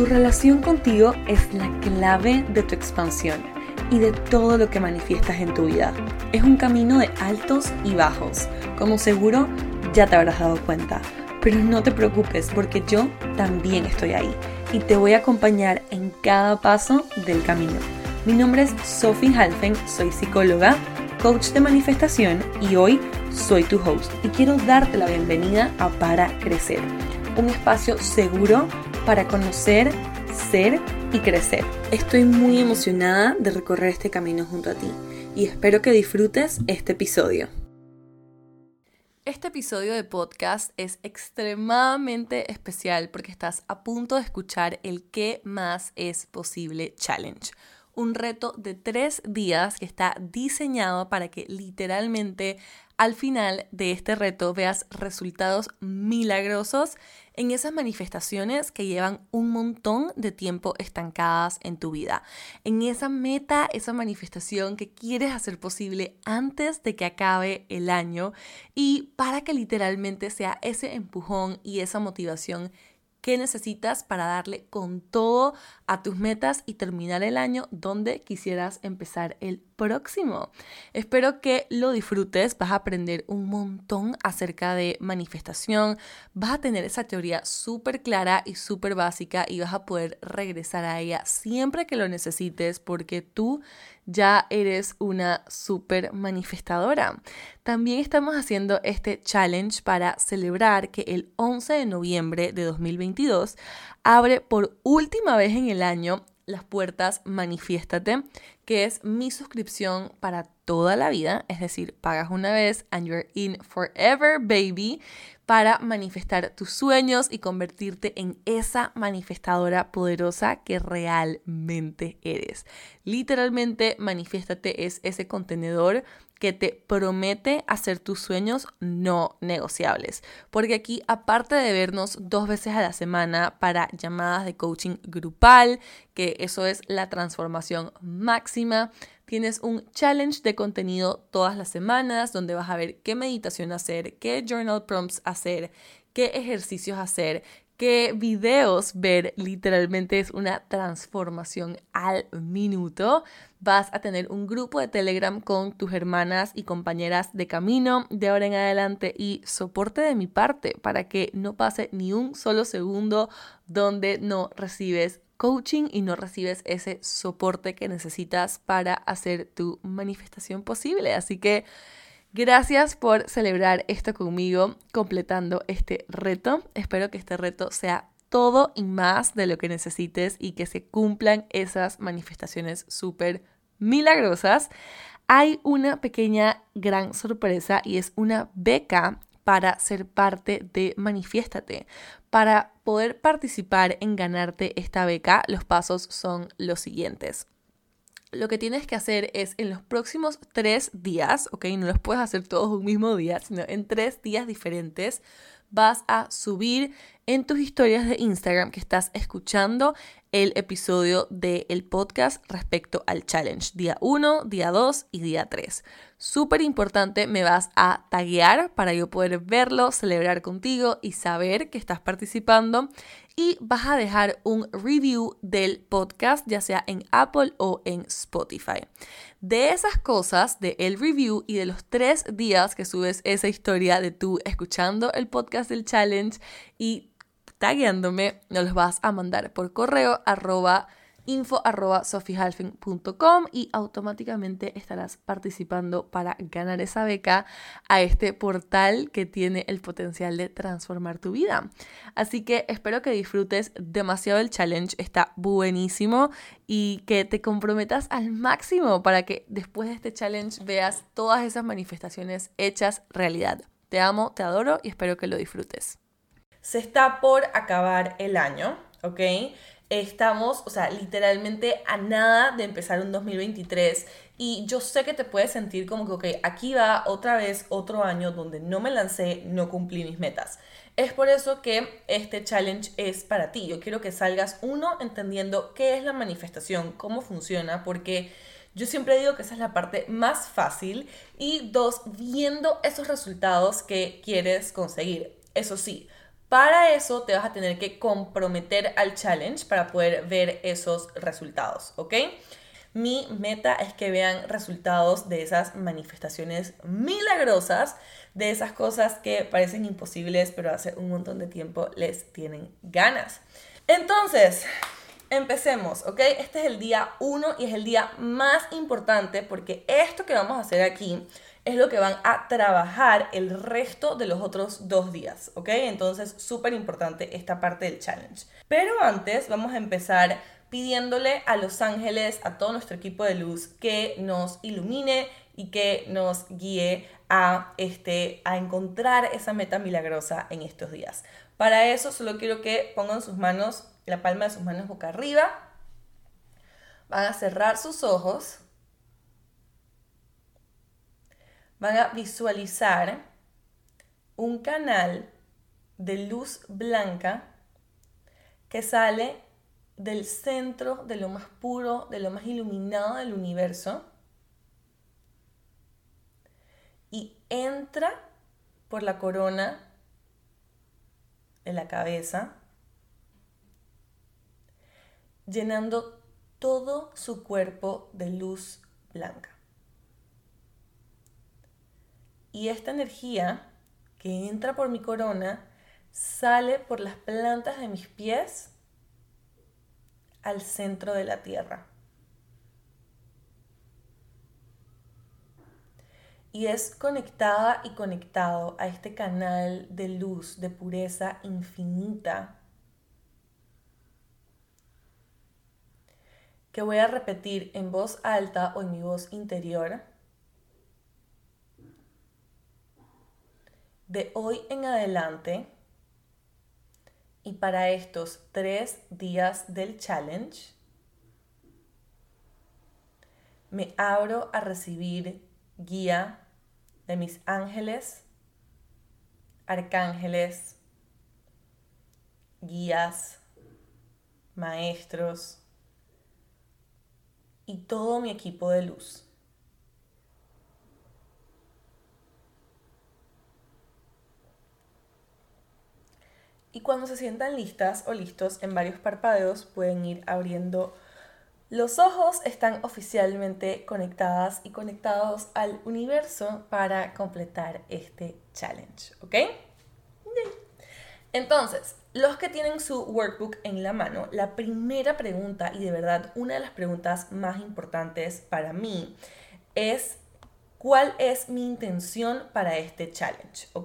Tu relación contigo es la clave de tu expansión y de todo lo que manifiestas en tu vida. Es un camino de altos y bajos, como seguro ya te habrás dado cuenta. Pero no te preocupes porque yo también estoy ahí y te voy a acompañar en cada paso del camino. Mi nombre es Sophie Halfen, soy psicóloga, coach de manifestación y hoy soy tu host y quiero darte la bienvenida a Para Crecer, un espacio seguro para conocer, ser y crecer. Estoy muy emocionada de recorrer este camino junto a ti y espero que disfrutes este episodio. Este episodio de podcast es extremadamente especial porque estás a punto de escuchar el ¿Qué más es posible? Challenge. Un reto de 3 días que está diseñado para que literalmente al final de este reto veas resultados milagrosos en esas manifestaciones que llevan un montón de tiempo estancadas en tu vida. En esa meta, esa manifestación que quieres hacer posible antes de que acabe el año y para que literalmente sea ese empujón y esa motivación que necesitas para darle con todo a tus metas y terminar el año donde quisieras empezar el próximo. Espero que lo disfrutes, vas a aprender un montón acerca de manifestación, vas a tener esa teoría súper clara y súper básica y vas a poder regresar a ella siempre que lo necesites porque tú ya eres una súper manifestadora. También estamos haciendo este challenge para celebrar que el 11 de noviembre de 2022 abre por última vez en el año las puertas Manifiéstate, que es mi suscripción para toda la vida, es decir, pagas una vez and you're in forever, baby, para manifestar tus sueños y convertirte en esa manifestadora poderosa que realmente eres. Literalmente, Manifiéstate es ese contenedor que te promete hacer tus sueños no negociables. Porque aquí, aparte de vernos 2 veces a la semana para llamadas de coaching grupal, que eso es la transformación máxima, tienes un challenge de contenido todas las semanas donde vas a ver qué meditación hacer, qué journal prompts hacer, qué ejercicios hacer, qué videos ver. Literalmente es una transformación al minuto. Vas a tener un grupo de Telegram con tus hermanas y compañeras de camino de ahora en adelante y soporte de mi parte para que no pase ni un solo segundo donde no recibes coaching y no recibes ese soporte que necesitas para hacer tu manifestación posible. Así que gracias por celebrar esto conmigo, completando este reto. Espero que este reto sea todo y más de lo que necesites y que se cumplan esas manifestaciones súper milagrosas. Hay una pequeña gran sorpresa y es una beca para ser parte de Manifiéstate. Para poder participar en ganarte esta beca, los pasos son los siguientes. Lo que tienes que hacer es en los próximos 3 días, ¿ok? No los puedes hacer todos un mismo día, sino en 3 días diferentes, vas a subir en tus historias de Instagram que estás escuchando el episodio del podcast respecto al challenge. Día 1, día 2 y día 3. Súper importante, me vas a taguear para yo poder verlo, celebrar contigo y saber que estás participando. Y vas a dejar un review del podcast, ya sea en Apple o en Spotify. De esas cosas, del review y de los 3 días que subes esa historia de tú escuchando el podcast del challenge y tagueándome, nos los vas a mandar por correo info@sophihalfen.com y automáticamente estarás participando para ganar esa beca a este portal que tiene el potencial de transformar tu vida. Así que espero que disfrutes demasiado el challenge, está buenísimo y que te comprometas al máximo para que después de este challenge veas todas esas manifestaciones hechas realidad. Te amo, te adoro y espero que lo disfrutes. Se está por acabar el año, ¿ok? Estamos, literalmente a nada de empezar un 2023 y yo sé que te puedes sentir como que, ok, aquí va otra vez otro año donde no me lancé, no cumplí mis metas. Es por eso que este challenge es para ti. Yo quiero que salgas, uno, entendiendo qué es la manifestación, cómo funciona, porque yo siempre digo que esa es la parte más fácil y 2, viendo esos resultados que quieres conseguir. Eso sí, Para eso te vas a tener que comprometer al challenge para poder ver esos resultados, ¿ok? Mi meta es que vean resultados de esas manifestaciones milagrosas, de esas cosas que parecen imposibles, pero hace un montón de tiempo les tienen ganas. Entonces, empecemos, ¿ok? Este es el día 1 y es el día más importante porque esto que vamos a hacer aquí es lo que van a trabajar el resto de los otros 2 días, ¿ok? Entonces, súper importante esta parte del challenge. Pero antes vamos a empezar pidiéndole a los ángeles, a todo nuestro equipo de luz, que nos ilumine y que nos guíe a encontrar esa meta milagrosa en estos días. Para eso solo quiero que pongan sus manos, la palma de sus manos boca arriba. Van a cerrar sus ojos. Van a visualizar un canal de luz blanca que sale del centro, de lo más puro, de lo más iluminado del universo y entra por la corona de la cabeza, llenando todo su cuerpo de luz blanca. Y esta energía que entra por mi corona sale por las plantas de mis pies al centro de la tierra. Y es conectada y conectado a este canal de luz, de pureza infinita, que voy a repetir en voz alta o en mi voz interior. De hoy en adelante, y para estos 3 días del challenge, me abro a recibir guía de mis ángeles, arcángeles, guías, maestros y todo mi equipo de luz. Y cuando se sientan listas o listos, en varios parpadeos pueden ir abriendo los ojos. Están oficialmente conectadas y conectados al universo para completar este challenge, ¿ok? Entonces, los que tienen su workbook en la mano, la primera pregunta, y de verdad una de las preguntas más importantes para mí, es ¿cuál es mi intención para este challenge? ¿Ok?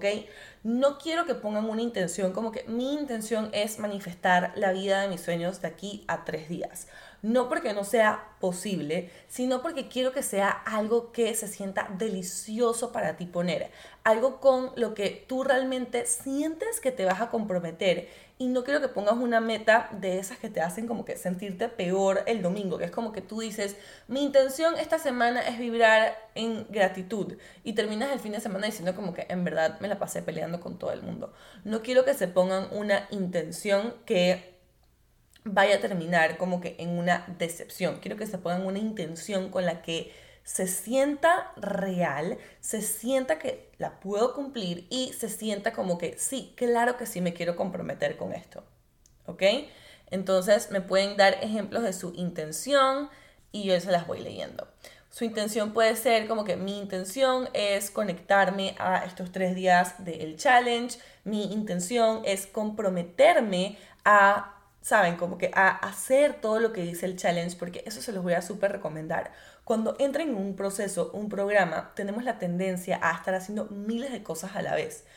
No quiero que pongan una intención como que mi intención es manifestar la vida de mis sueños de aquí a 3 días. No porque no sea posible, sino porque quiero que sea algo que se sienta delicioso para ti poner. Algo con lo que tú realmente sientes que te vas a comprometer. Y no quiero que pongas una meta de esas que te hacen como que sentirte peor el domingo, que es como que tú dices, mi intención esta semana es vibrar en gratitud, y terminas el fin de semana diciendo como que en verdad me la pasé peleando con todo el mundo. No quiero que se pongan una intención que vaya a terminar como que en una decepción. Quiero que se pongan una intención con la que se sienta real, se sienta que la puedo cumplir y se sienta como que sí, claro que sí me quiero comprometer con esto, ¿ok? Entonces me pueden dar ejemplos de su intención y yo se las voy leyendo. Su intención puede ser como que mi intención es conectarme a estos 3 días del challenge, mi intención es comprometerme a, ¿saben? Como que a hacer todo lo que dice el challenge, porque eso se los voy a súper recomendar. Cuando entren en un proceso, un programa, tenemos la tendencia a estar haciendo miles de cosas a la vez.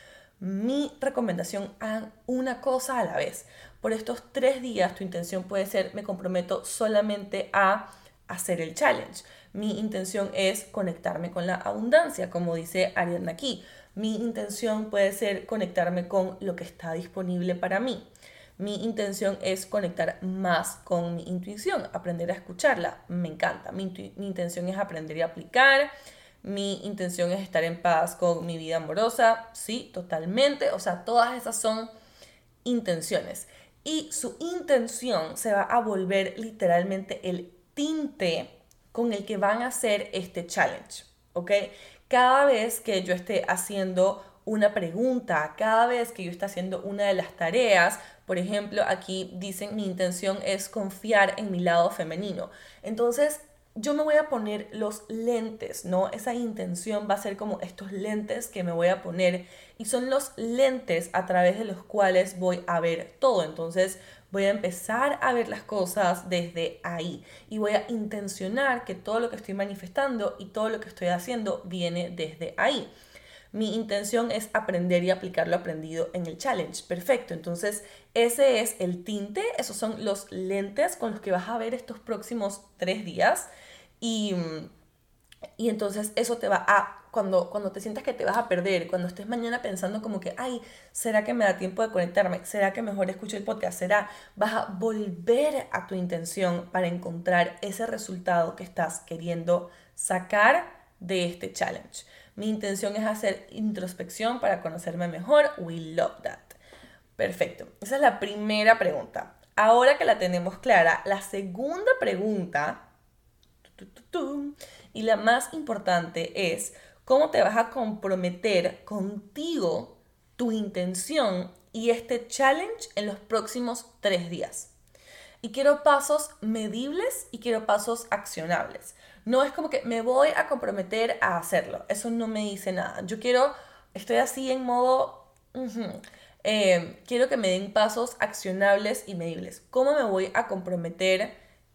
Mi recomendación, hagan una cosa a la vez. Por estos 3 días, tu intención puede ser, me comprometo solamente a hacer el challenge. Mi intención es conectarme con la abundancia, como dice Ariadna aquí. Mi intención puede ser conectarme con lo que está disponible para mí. Mi intención es conectar más con mi intuición, aprender a escucharla. Me encanta. Mi intención es aprender y aplicar. Mi intención es estar en paz con mi vida amorosa. Sí, totalmente. O sea, todas esas son intenciones. Y su intención se va a volver literalmente el tinte con el que van a hacer este challenge, ¿ok? Cada vez que yo esté haciendo una pregunta cada vez que yo esté haciendo una de las tareas. Por ejemplo, aquí dicen mi intención es confiar en mi lado femenino. Entonces, yo me voy a poner los lentes, ¿no? Esa intención va a ser como estos lentes que me voy a poner y son los lentes a través de los cuales voy a ver todo. Entonces voy a empezar a ver las cosas desde ahí y voy a intencionar que todo lo que estoy manifestando y todo lo que estoy haciendo viene desde ahí. Mi intención es aprender y aplicar lo aprendido en el challenge. Perfecto, entonces ese es el tinte, esos son los lentes con los que vas a ver estos próximos 3 días y entonces eso te va a, cuando te sientas que te vas a perder, cuando estés mañana pensando como que, ay, ¿será que me da tiempo de conectarme? ¿Será que mejor escucho el podcast? Vas a volver a tu intención para encontrar ese resultado que estás queriendo sacar de este challenge. Mi intención es hacer introspección para conocerme mejor. We love that. Perfecto. Esa es la primera pregunta. Ahora que la tenemos clara, la segunda pregunta y la más importante es cómo te vas a comprometer contigo, tu intención y este challenge en los próximos 3 días. Y quiero pasos medibles y quiero pasos accionables. No es como que me voy a comprometer a hacerlo. Eso no me dice nada. Estoy así en modo, quiero que me den pasos accionables y medibles. ¿Cómo me voy a comprometer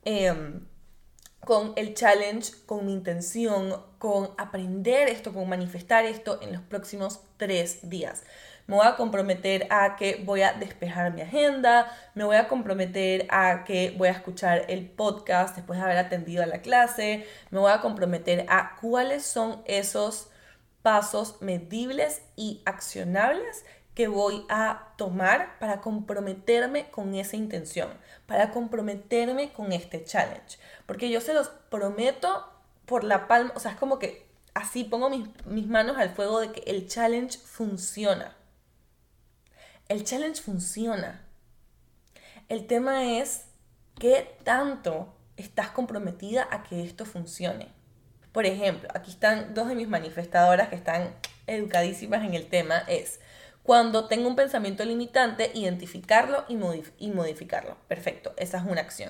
con el challenge, con mi intención, con aprender esto, con manifestar esto en los próximos 3 días? Me voy a comprometer a que voy a despejar mi agenda, me voy a comprometer a que voy a escuchar el podcast después de haber atendido a la clase, me voy a comprometer a cuáles son esos pasos medibles y accionables que voy a tomar para comprometerme con esa intención, para comprometerme con este challenge. Porque yo se los prometo por la palma, o sea, es como que así pongo mis manos al fuego de que el challenge funciona. El challenge funciona. El tema es qué tanto estás comprometida a que esto funcione. Por ejemplo, aquí están 2 de mis manifestadoras que están educadísimas en el tema. Es cuando tengo un pensamiento limitante, identificarlo y modificarlo. Perfecto, esa es una acción.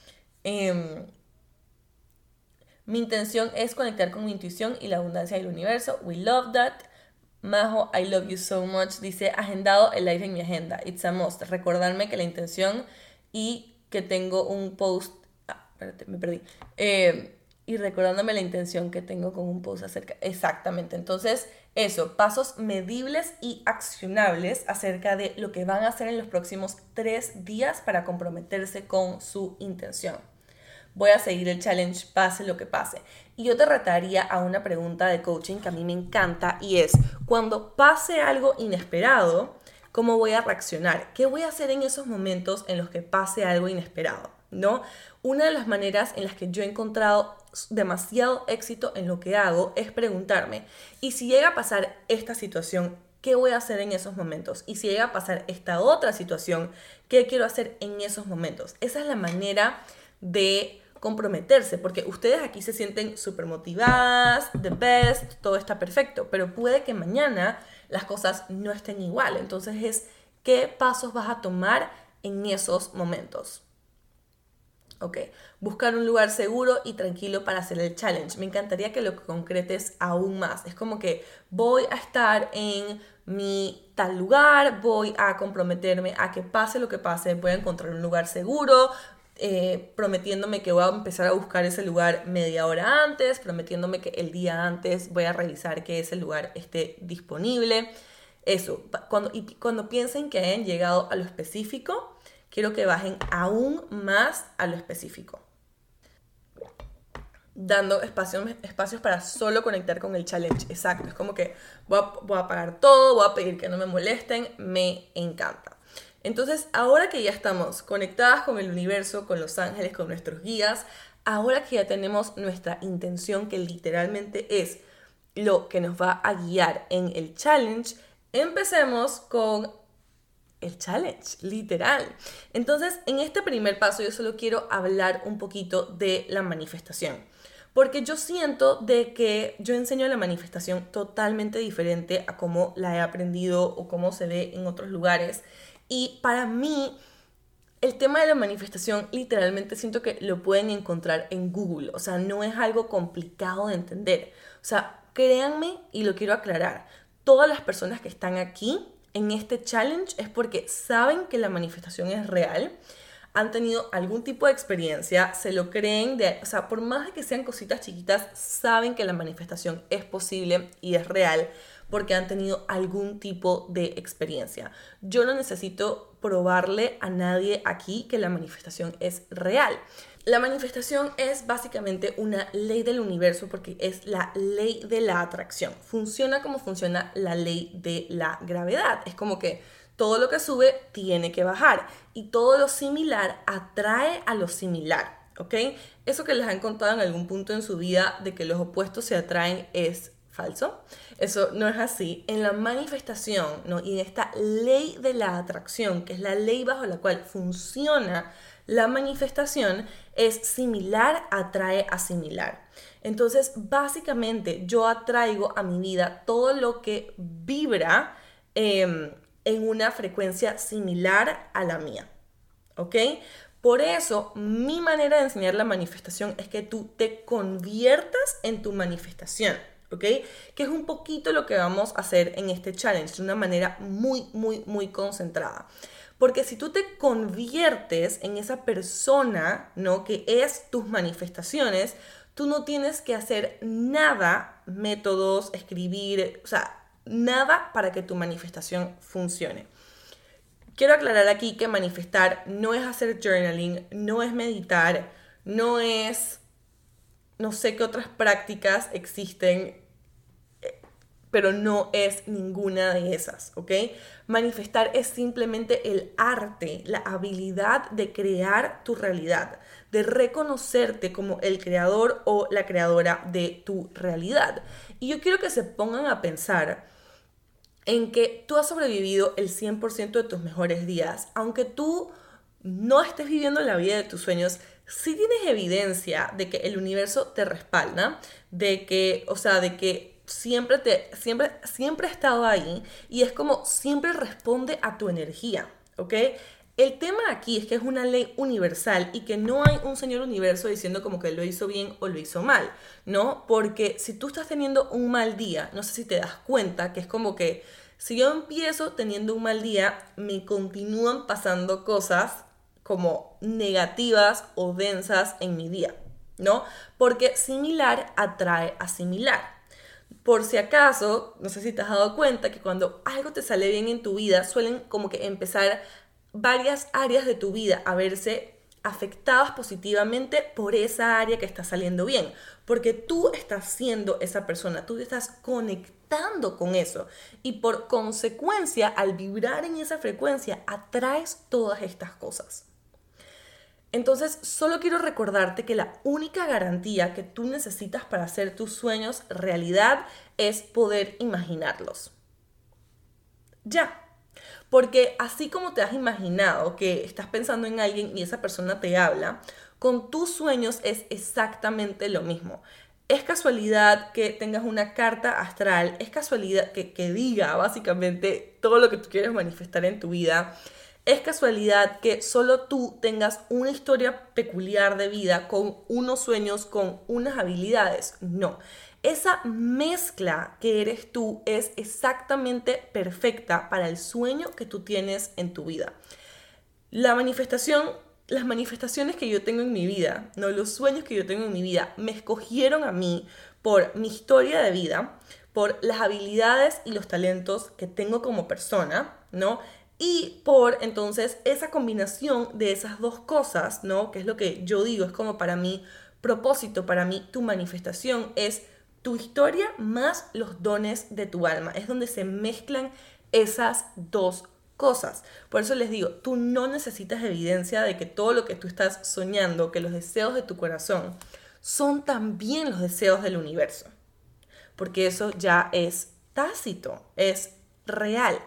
Mi intención es conectar con mi intuición y la abundancia del universo. We love that. Majo, I love you so much. Dice, agendado el live en mi agenda. It's a must. Recordarme que la intención y que tengo un post... espérate, me perdí. Y recordándome la intención que tengo con un post acerca... Exactamente. Entonces, eso. Pasos medibles y accionables acerca de lo que van a hacer en los próximos 3 días para comprometerse con su intención. Voy a seguir el challenge pase lo que pase. Y yo te retaría a una pregunta de coaching que a mí me encanta y es, cuando pase algo inesperado, ¿cómo voy a reaccionar? ¿Qué voy a hacer en esos momentos en los que pase algo inesperado? ¿No? Una de las maneras en las que yo he encontrado demasiado éxito en lo que hago es preguntarme, ¿y si llega a pasar esta situación, qué voy a hacer en esos momentos? Y si llega a pasar esta otra situación, ¿qué quiero hacer en esos momentos? Esa es la manera de comprometerse, porque ustedes aquí se sienten súper motivadas, the best, todo está perfecto, pero puede que mañana las cosas no estén igual. Entonces es, ¿qué pasos vas a tomar en esos momentos? Ok, buscar un lugar seguro y tranquilo para hacer el challenge. Me encantaría que lo concretes aún más. Es como que voy a estar en mi tal lugar, voy a comprometerme a que pase lo que pase, voy a encontrar un lugar seguro, prometiéndome que voy a empezar a buscar ese lugar media hora antes, prometiéndome que el día antes voy a revisar que ese lugar esté disponible. Eso, cuando piensen que hayan llegado a lo específico, quiero que bajen aún más a lo específico, dando espacios para solo conectar con el challenge. Exacto, es como que voy a apagar todo, voy a pedir que no me molesten, me encanta. Entonces, ahora que ya estamos conectadas con el universo, con los ángeles, con nuestros guías, ahora que ya tenemos nuestra intención, que literalmente es lo que nos va a guiar en el challenge, empecemos con el challenge, literal. Entonces, en este primer paso yo solo quiero hablar un poquito de la manifestación, Porque yo siento de que yo enseño la manifestación totalmente diferente a cómo la he aprendido o cómo se ve en otros lugares. Y para mí, el tema de la manifestación literalmente siento que lo pueden encontrar en Google. O sea, no es algo complicado de entender. O sea, créanme, y lo quiero aclarar, todas las personas que están aquí en este challenge es porque saben que la manifestación es real, han tenido algún tipo de experiencia, se lo creen, o sea, por más de que sean cositas chiquitas, saben que la manifestación es posible y es real porque han tenido algún tipo de experiencia. Yo no necesito probarle a nadie aquí que la manifestación es real. La manifestación es básicamente una ley del universo porque es la ley de la atracción. Funciona como funciona la ley de la gravedad. Es como que todo lo que sube tiene que bajar y todo lo similar atrae a lo similar, ¿ok? Eso que les han contado en algún punto en su vida de que los opuestos se atraen es falso. Eso no es así. En la manifestación, ¿no? Y en esta ley de la atracción, que es la ley bajo la cual funciona la manifestación, es similar atrae a similar. Entonces, básicamente, yo atraigo a mi vida todo lo que vibra en una frecuencia similar a la mía, ¿ok? Por eso, mi manera de enseñar la manifestación es que tú te conviertas en tu manifestación, ¿ok? Que es un poquito lo que vamos a hacer en este challenge, de una manera muy concentrada. Porque si tú te conviertes en esa persona, ¿no? Que es tus manifestaciones, tú no tienes que hacer nada, métodos, escribir, o sea, nada para que tu manifestación funcione. Quiero aclarar aquí que manifestar no es hacer journaling, no es meditar, no es, no sé qué otras prácticas existen, pero no es ninguna de esas, ¿ok? Manifestar es simplemente el arte, la habilidad de crear tu realidad, de reconocerte como el creador o la creadora de tu realidad. Y yo quiero que se pongan a pensar en que tú has sobrevivido el 100% de tus mejores días, aunque tú no estés viviendo la vida de tus sueños, sí tienes evidencia de que el universo te respalda, de que, o sea, de que siempre ha estado ahí y es como siempre responde a tu energía, ¿ok? El tema aquí es que es una ley universal y que no hay un señor universo diciendo como que lo hizo bien o lo hizo mal, ¿no? Porque si tú estás teniendo un mal día, no sé si te das cuenta que es como que si yo empiezo teniendo un mal día, me continúan pasando cosas como negativas o densas en mi día, ¿no? Porque similar atrae a similar. Por si acaso, no sé si te has dado cuenta que cuando algo te sale bien en tu vida, suelen como que empezar varias áreas de tu vida a verse afectadas positivamente por esa área que está saliendo bien, porque tú estás siendo esa persona, tú te estás conectando con eso y por consecuencia, al vibrar en esa frecuencia, atraes todas estas cosas. Entonces, solo quiero recordarte que la única garantía que tú necesitas para hacer tus sueños realidad es poder imaginarlos. Ya. Porque así como te has imaginado que estás pensando en alguien y esa persona te habla, con tus sueños es exactamente lo mismo. Es casualidad que tengas una carta astral, es casualidad que diga básicamente todo lo que tú quieres manifestar en tu vida. Es casualidad que solo tú tengas una historia peculiar de vida con unos sueños, con unas habilidades. No. Esa mezcla que eres tú es exactamente perfecta para el sueño que tú tienes en tu vida. Las manifestaciones que yo tengo en mi vida, no, los sueños que yo tengo en mi vida, me escogieron a mí por mi historia de vida, por las habilidades y los talentos que tengo como persona, ¿no? Y por entonces esa combinación de esas dos cosas, ¿no? Que es lo que yo digo, es como para mí propósito, para mí tu manifestación es tu historia más los dones de tu alma. Es donde se mezclan esas dos cosas. Por eso les digo, tú no necesitas evidencia de que todo lo que tú estás soñando, que los deseos de tu corazón son también los deseos del universo. Porque eso ya es tácito, es real.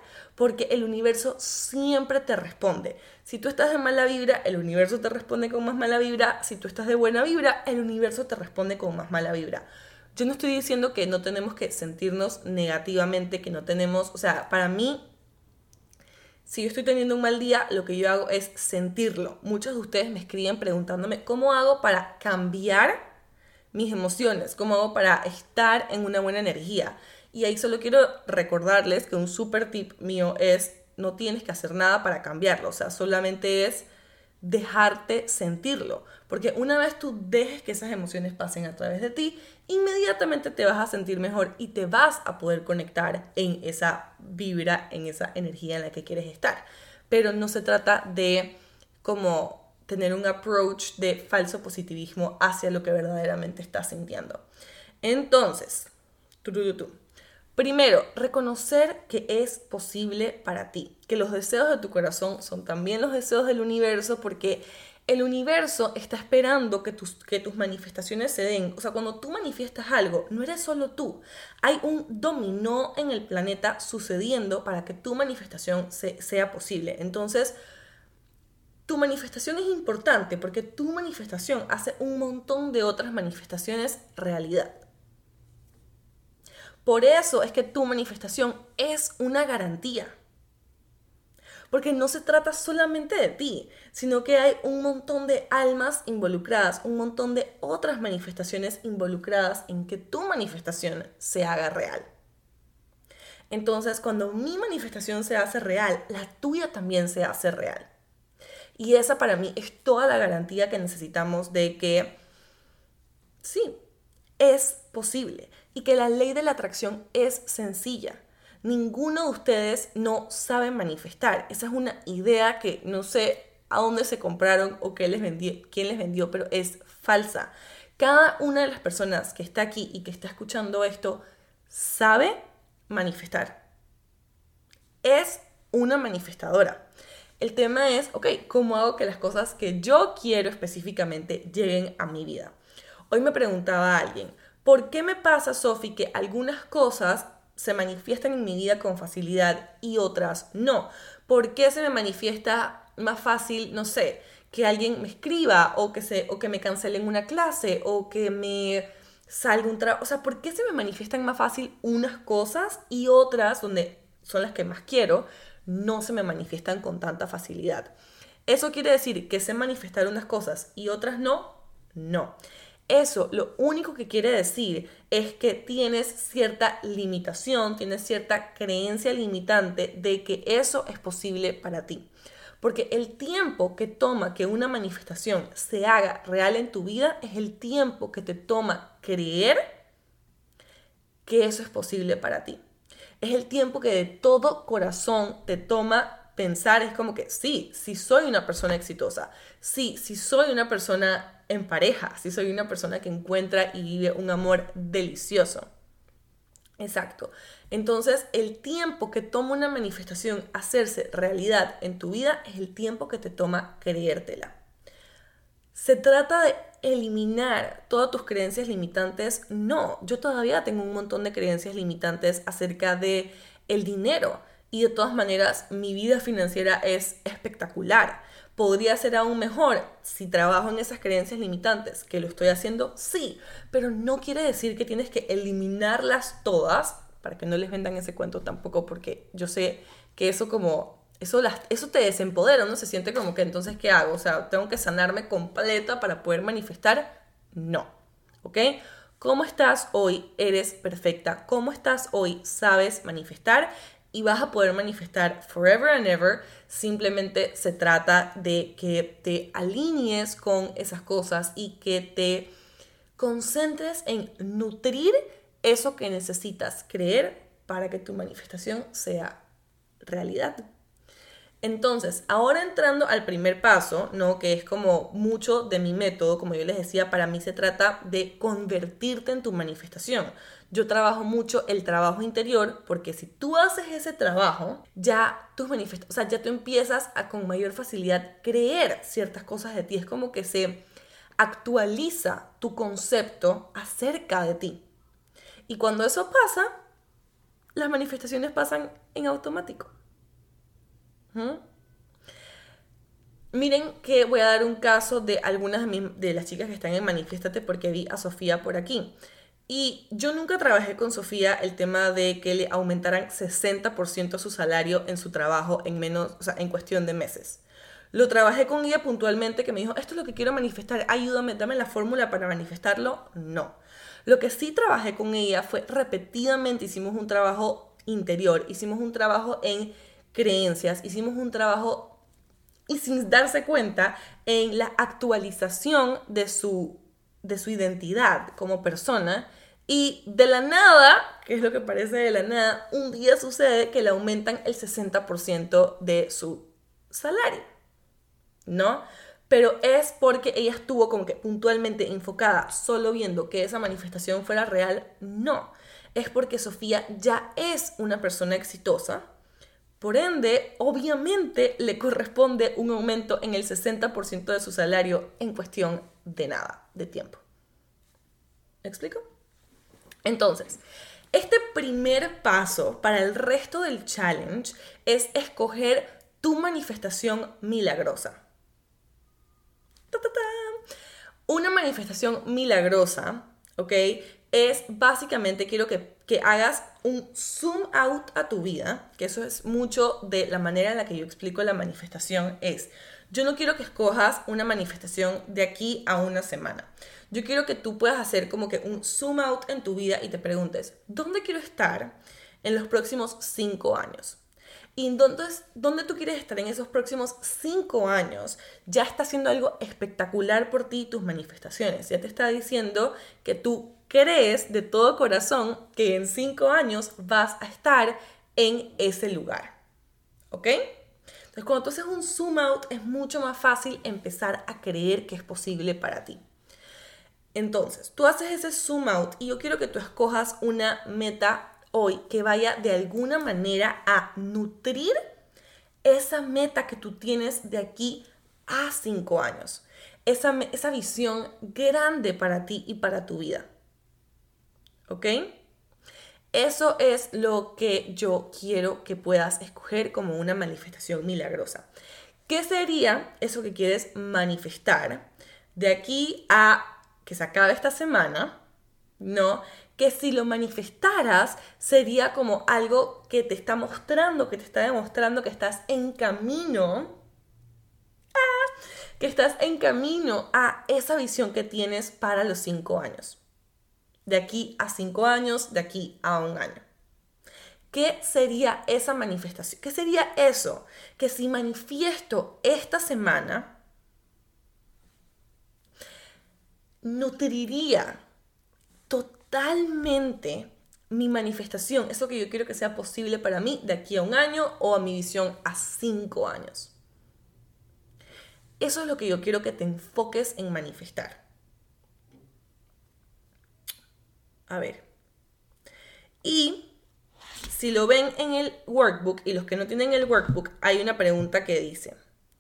porque el universo siempre te responde. Si tú estás de mala vibra, el universo te responde con más mala vibra. Si tú estás de buena vibra, el universo te responde con más mala vibra. Yo no estoy diciendo que no tenemos que sentirnos negativamente, que no tenemos, o sea, para mí, si yo estoy teniendo un mal día, lo que yo hago es sentirlo. Muchos de ustedes me escriben preguntándome cómo hago para cambiar mis emociones, cómo hago para estar en una buena energía. Y ahí solo quiero recordarles que un super tip mío es no tienes que hacer nada para cambiarlo, o sea, solamente es dejarte sentirlo, porque una vez tú dejes que esas emociones pasen a través de ti, inmediatamente te vas a sentir mejor y te vas a poder conectar en esa vibra, en esa energía en la que quieres estar. Pero no se trata de como tener un approach de falso positivismo hacia lo que verdaderamente estás sintiendo. Entonces, primero, reconocer que es posible para ti, que los deseos de tu corazón son también los deseos del universo, porque el universo está esperando que tus manifestaciones se den. O sea, cuando tú manifiestas algo, no eres solo tú. Hay un dominó en el planeta sucediendo para que tu manifestación sea posible. Entonces, tu manifestación es importante porque tu manifestación hace un montón de otras manifestaciones realidad. Por eso es que tu manifestación es una garantía. Porque no se trata solamente de ti, sino que hay un montón de almas involucradas, un montón de otras manifestaciones involucradas en que tu manifestación se haga real. Entonces, cuando mi manifestación se hace real, la tuya también se hace real. Y esa para mí es toda la garantía que necesitamos de que sí, es posible y que la ley de la atracción es sencilla. Ninguno de ustedes no sabe manifestar. Esa es una idea que no sé a dónde se compraron o quién les vendió, pero es falsa. Cada una de las personas que está aquí y que está escuchando esto sabe manifestar. Es una manifestadora. El tema es, ¿cómo hago que las cosas que yo quiero específicamente lleguen a mi vida? Hoy me preguntaba alguien, ¿por qué me pasa, Sofi, que algunas cosas se manifiestan en mi vida con facilidad y otras no? ¿Por qué se me manifiesta más fácil, no sé, que alguien me escriba o que me cancelen una clase o que me salga un trabajo? O sea, ¿por qué se me manifiestan más fácil unas cosas y otras, donde son las que más quiero, no se me manifiestan con tanta facilidad? ¿Eso quiere decir que sé manifestar unas cosas y otras no? No. Eso lo único que quiere decir es que tienes cierta limitación, tienes cierta creencia limitante de que eso es posible para ti. Porque el tiempo que toma que una manifestación se haga real en tu vida es el tiempo que te toma creer que eso es posible para ti. Es el tiempo que de todo corazón te toma pensar, es como que sí soy una persona exitosa, sí soy una persona en pareja, sí soy una persona que encuentra y vive un amor delicioso. Exacto. Entonces, el tiempo que toma una manifestación hacerse realidad en tu vida es el tiempo que te toma creértela. ¿Se trata de eliminar todas tus creencias limitantes? No, yo todavía tengo un montón de creencias limitantes acerca de el dinero y de todas maneras mi vida financiera es espectacular. Podría ser aún mejor si trabajo en esas creencias limitantes, que lo estoy haciendo, sí, pero no quiere decir que tienes que eliminarlas todas, para que no les vendan ese cuento tampoco, porque yo sé que eso te desempodera, ¿no? Se siente como que entonces, ¿qué hago? O sea, ¿tengo que sanarme completa para poder manifestar? No, ¿ok? ¿Cómo estás hoy? Eres perfecta. ¿Cómo estás hoy? Sabes manifestar y vas a poder manifestar forever and ever. Simplemente se trata de que te alinees con esas cosas y que te concentres en nutrir eso que necesitas creer para que tu manifestación sea realidad. Entonces, ahora entrando al primer paso, ¿no? Que es como mucho de mi método, como yo les decía, para mí se trata de convertirte en tu manifestación. Yo trabajo mucho el trabajo interior, porque si tú haces ese trabajo, ya tú empiezas a con mayor facilidad creer ciertas cosas de ti. Es como que se actualiza tu concepto acerca de ti. Y cuando eso pasa, las manifestaciones pasan en automático. ¿Mm? Miren que voy a dar un caso de algunas de las chicas que están en Manifiéstate porque vi a Sofía por aquí. Y yo nunca trabajé con Sofía el tema de que le aumentaran 60% su salario en su trabajo en menos, o sea, en cuestión de meses. Lo trabajé con ella puntualmente que me dijo, esto es lo que quiero manifestar, ayúdame, dame la fórmula para manifestarlo. No. Lo que sí trabajé con ella fue repetidamente, hicimos un trabajo interior, hicimos un trabajo en creencias, hicimos un trabajo y sin darse cuenta en la actualización de su identidad como persona. Y de la nada, que es lo que parece de la nada, un día sucede que le aumentan el 60% de su salario, ¿no? Pero es porque ella estuvo como que puntualmente enfocada solo viendo que esa manifestación fuera real. No, es porque Sofía ya es una persona exitosa. Por ende, obviamente le corresponde un aumento en el 60% de su salario en cuestión de nada, de tiempo. ¿Me explico? Entonces, este primer paso para el resto del challenge es escoger tu manifestación milagrosa. Una manifestación milagrosa, ¿ok? Es básicamente, quiero que hagas un zoom out a tu vida, que eso es mucho de la manera en la que yo explico la manifestación, yo no quiero que escojas una manifestación de aquí a una semana. Yo quiero que tú puedas hacer como que un zoom out en tu vida y te preguntes, ¿dónde quiero estar en los próximos 5 años? Y entonces, ¿dónde tú quieres estar en esos próximos 5 años? Ya está haciendo algo espectacular por ti, tus manifestaciones. Ya te está diciendo que tú crees de todo corazón que en 5 años vas a estar en ese lugar. ¿Ok? Entonces, cuando tú haces un zoom out, es mucho más fácil empezar a creer que es posible para ti. Entonces, tú haces ese zoom out y yo quiero que tú escojas una meta hoy que vaya de alguna manera a nutrir esa meta que tú tienes de aquí a 5 años. Esa visión grande para ti y para tu vida. ¿Ok? Eso es lo que yo quiero que puedas escoger como una manifestación milagrosa. ¿Qué sería eso que quieres manifestar de aquí a que se acabe esta semana? ¿No? Que si lo manifestaras sería como algo que te está mostrando, que te está demostrando que estás en camino, a esa visión que tienes para los 5 años. De aquí a 5 años, de aquí a 1 año. ¿Qué sería esa manifestación? ¿Qué sería eso? Que si manifiesto esta semana, nutriría totalmente mi manifestación, eso que yo quiero que sea posible para mí de aquí a 1 año o a mi visión a 5 años. Eso es lo que yo quiero que te enfoques en manifestar. A ver. Y si lo ven en el workbook y los que no tienen el workbook, hay una pregunta que dice,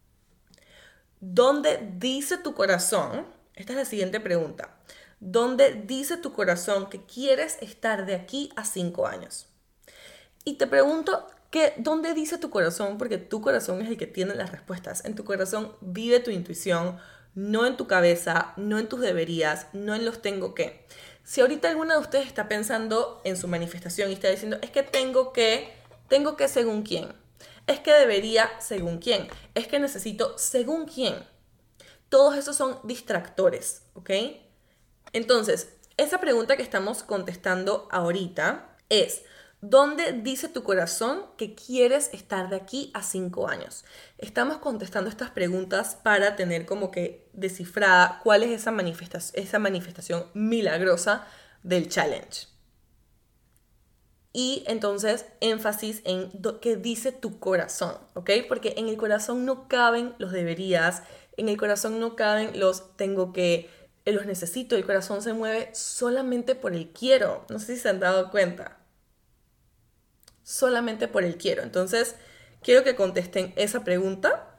¿dónde dice tu corazón? Esta es la siguiente pregunta. ¿Dónde dice tu corazón que quieres estar de aquí a 5 años? Y te pregunto, ¿dónde dice tu corazón? Porque tu corazón es el que tiene las respuestas. En tu corazón vive tu intuición, no en tu cabeza, no en tus deberías, no en los tengo que. Si ahorita alguna de ustedes está pensando en su manifestación y está diciendo, es que tengo que según quién. Es que debería según quién. Es que necesito según quién. Todos esos son distractores, ¿ok? Entonces, esa pregunta que estamos contestando ahorita es, ¿dónde dice tu corazón que quieres estar de aquí a 5 años? Estamos contestando estas preguntas para tener como que descifrada cuál es esa manifestación milagrosa del challenge. Y entonces, énfasis en qué dice tu corazón, ¿ok? Porque en el corazón no caben los deberías, en el corazón no caben los tengo que, los necesito. El corazón se mueve solamente por el quiero. No sé si se han dado cuenta. Solamente por el quiero. Entonces, quiero que contesten esa pregunta.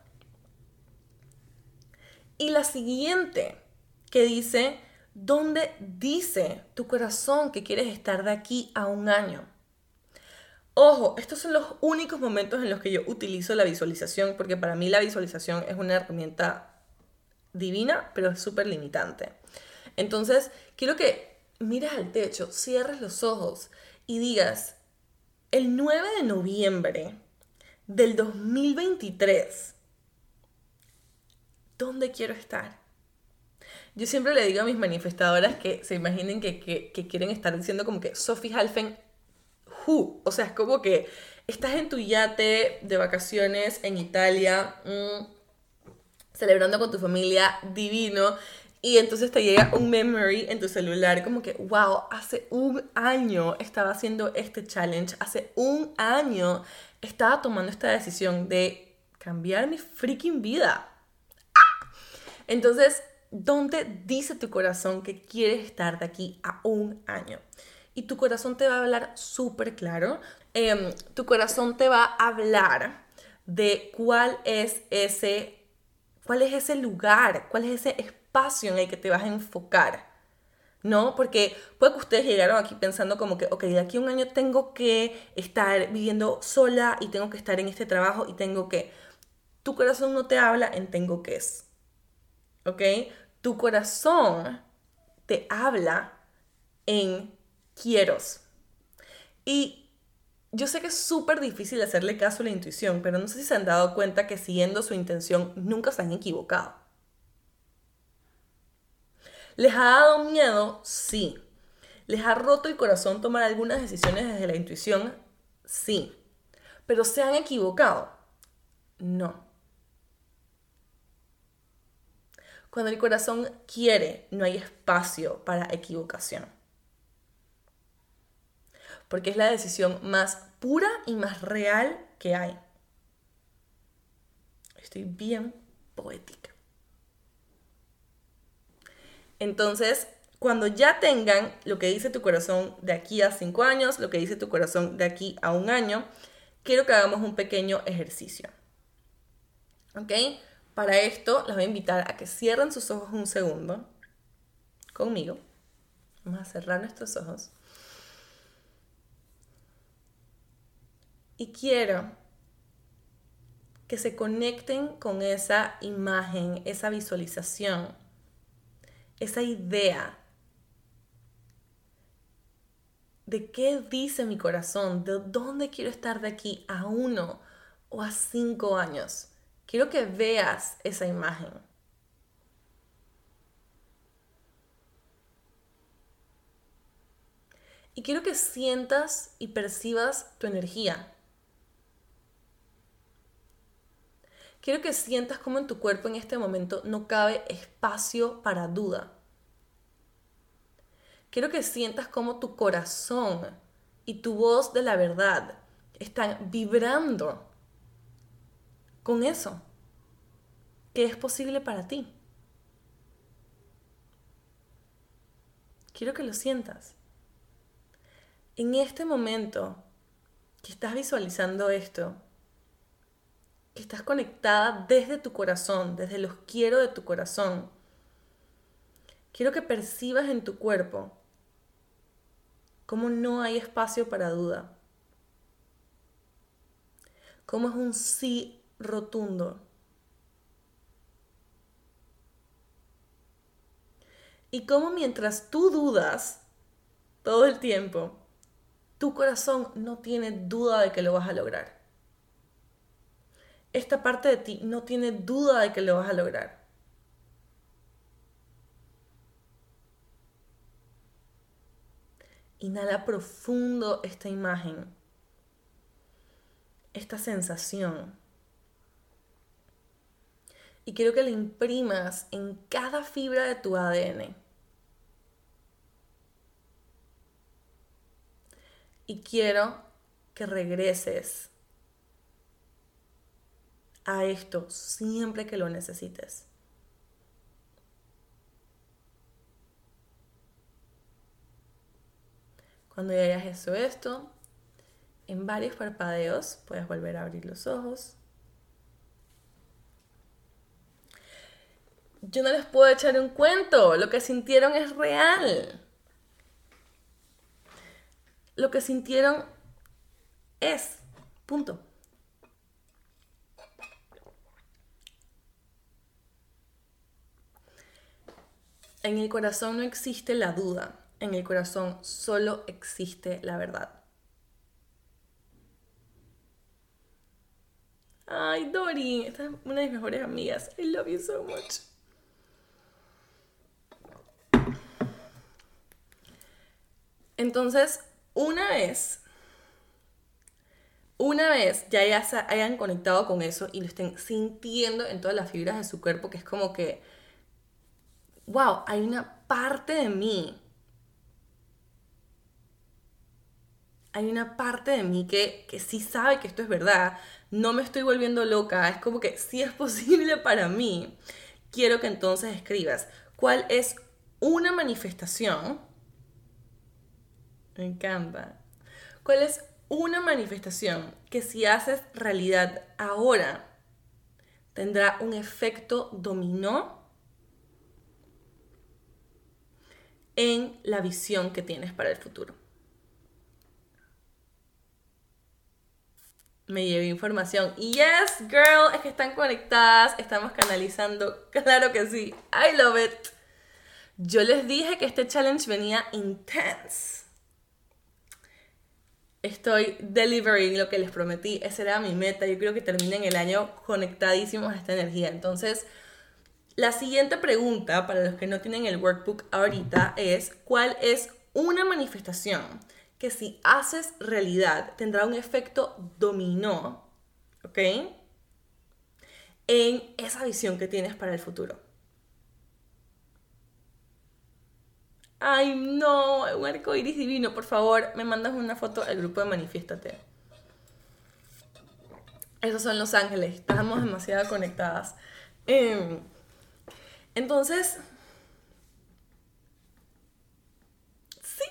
Y la siguiente, que dice, ¿dónde dice tu corazón que quieres estar de aquí a 1 año? Ojo, estos son los únicos momentos en los que yo utilizo la visualización, porque para mí la visualización es una herramienta divina, pero es súper limitante. Entonces, quiero que mires al techo, cierres los ojos y digas, el 9 de noviembre del 2023, ¿dónde quiero estar? Yo siempre le digo a mis manifestadoras que se imaginen que quieren estar diciendo como que Sophie Halfen who, o sea, es como que estás en tu yate de vacaciones en Italia, celebrando con tu familia, divino, y entonces te llega un memory en tu celular como que, wow, hace un año estaba haciendo este challenge, hace un año estaba tomando esta decisión de cambiar mi freaking vida. Entonces, ¿dónde dice tu corazón que quieres estar de aquí a un año? Y tu corazón te va a hablar súper claro. Tu corazón te va a hablar de cuál es ese lugar, cuál es ese espacio en el que te vas a enfocar, ¿no? Porque puede que ustedes llegaron aquí pensando como que, ok, de aquí a un año tengo que estar viviendo sola y tengo que estar en este trabajo y tengo que... Tu corazón no te habla en tengo que es, ¿ok? Tu corazón te habla en quieros. Y yo sé que es súper difícil hacerle caso a la intuición, pero no sé si se han dado cuenta que siguiendo su intención nunca se han equivocado. ¿Les ha dado miedo? Sí. ¿Les ha roto el corazón tomar algunas decisiones desde la intuición? Sí. ¿Pero se han equivocado? No. Cuando el corazón quiere, no hay espacio para equivocación. Porque es la decisión más pura y más real que hay. Estoy bien poética. Entonces, cuando ya tengan lo que dice tu corazón de aquí a 5 años, lo que dice tu corazón de aquí a un año, quiero que hagamos un pequeño ejercicio. ¿Ok? Para esto, les voy a invitar a que cierren sus ojos un segundo conmigo. Vamos a cerrar nuestros ojos. Y quiero que se conecten con esa imagen, esa visualización, esa idea de qué dice mi corazón, de dónde quiero estar de aquí a 1 o a 5 años. Quiero que veas esa imagen. Y quiero que sientas y percibas tu energía. Quiero que sientas cómo en tu cuerpo en este momento no cabe espacio para duda. Quiero que sientas cómo tu corazón y tu voz de la verdad están vibrando con eso que es posible para ti. Quiero que lo sientas. En este momento que estás visualizando esto, que estás conectada desde tu corazón, desde los quiero de tu corazón, quiero que percibas en tu cuerpo cómo no hay espacio para duda, cómo es un sí rotundo. Y cómo mientras tú dudas todo el tiempo, tu corazón no tiene duda de que lo vas a lograr. Esta parte de ti no tiene duda de que lo vas a lograr. Inhala profundo esta imagen, esta sensación. Y quiero que la imprimas en cada fibra de tu ADN. Y quiero que regreses a esto siempre que lo necesites. Cuando ya hayas hecho esto, en varios parpadeos puedes volver a abrir los ojos. Yo no les puedo echar un cuento, lo que sintieron es real. Lo que sintieron es. Punto. En el corazón no existe la duda. En el corazón solo existe la verdad. Ay, Dori, esta es una de mis mejores amigas. I love you so much. Entonces, una vez ya se hayan conectado con eso y lo estén sintiendo en todas las fibras de su cuerpo, que es como que, wow, hay una parte de mí. Hay una parte de mí que sí sabe que esto es verdad. No me estoy volviendo loca. Es como que sí es posible para mí. Quiero que entonces escribas cuál es una manifestación. Me encanta. ¿Cuál es una manifestación que si haces realidad ahora tendrá un efecto dominó en la visión que tienes para el futuro? Me llevé información. Yes, girl, es que están conectadas, estamos canalizando. Claro que sí. I love it. Yo les dije que este challenge venía intense. Estoy delivering lo que les prometí. Esa era mi meta. Yo creo que terminen el año conectadísimos a esta energía. Entonces, la siguiente pregunta, para los que no tienen el workbook ahorita, es ¿cuál es una manifestación que si haces realidad tendrá un efecto dominó, ¿ok? En esa visión que tienes para el futuro? Ay, no, un arco iris divino. Por favor, me mandas una foto al grupo de Manifiéstate. Esos son los ángeles. Estamos demasiado conectadas. Entonces, sí,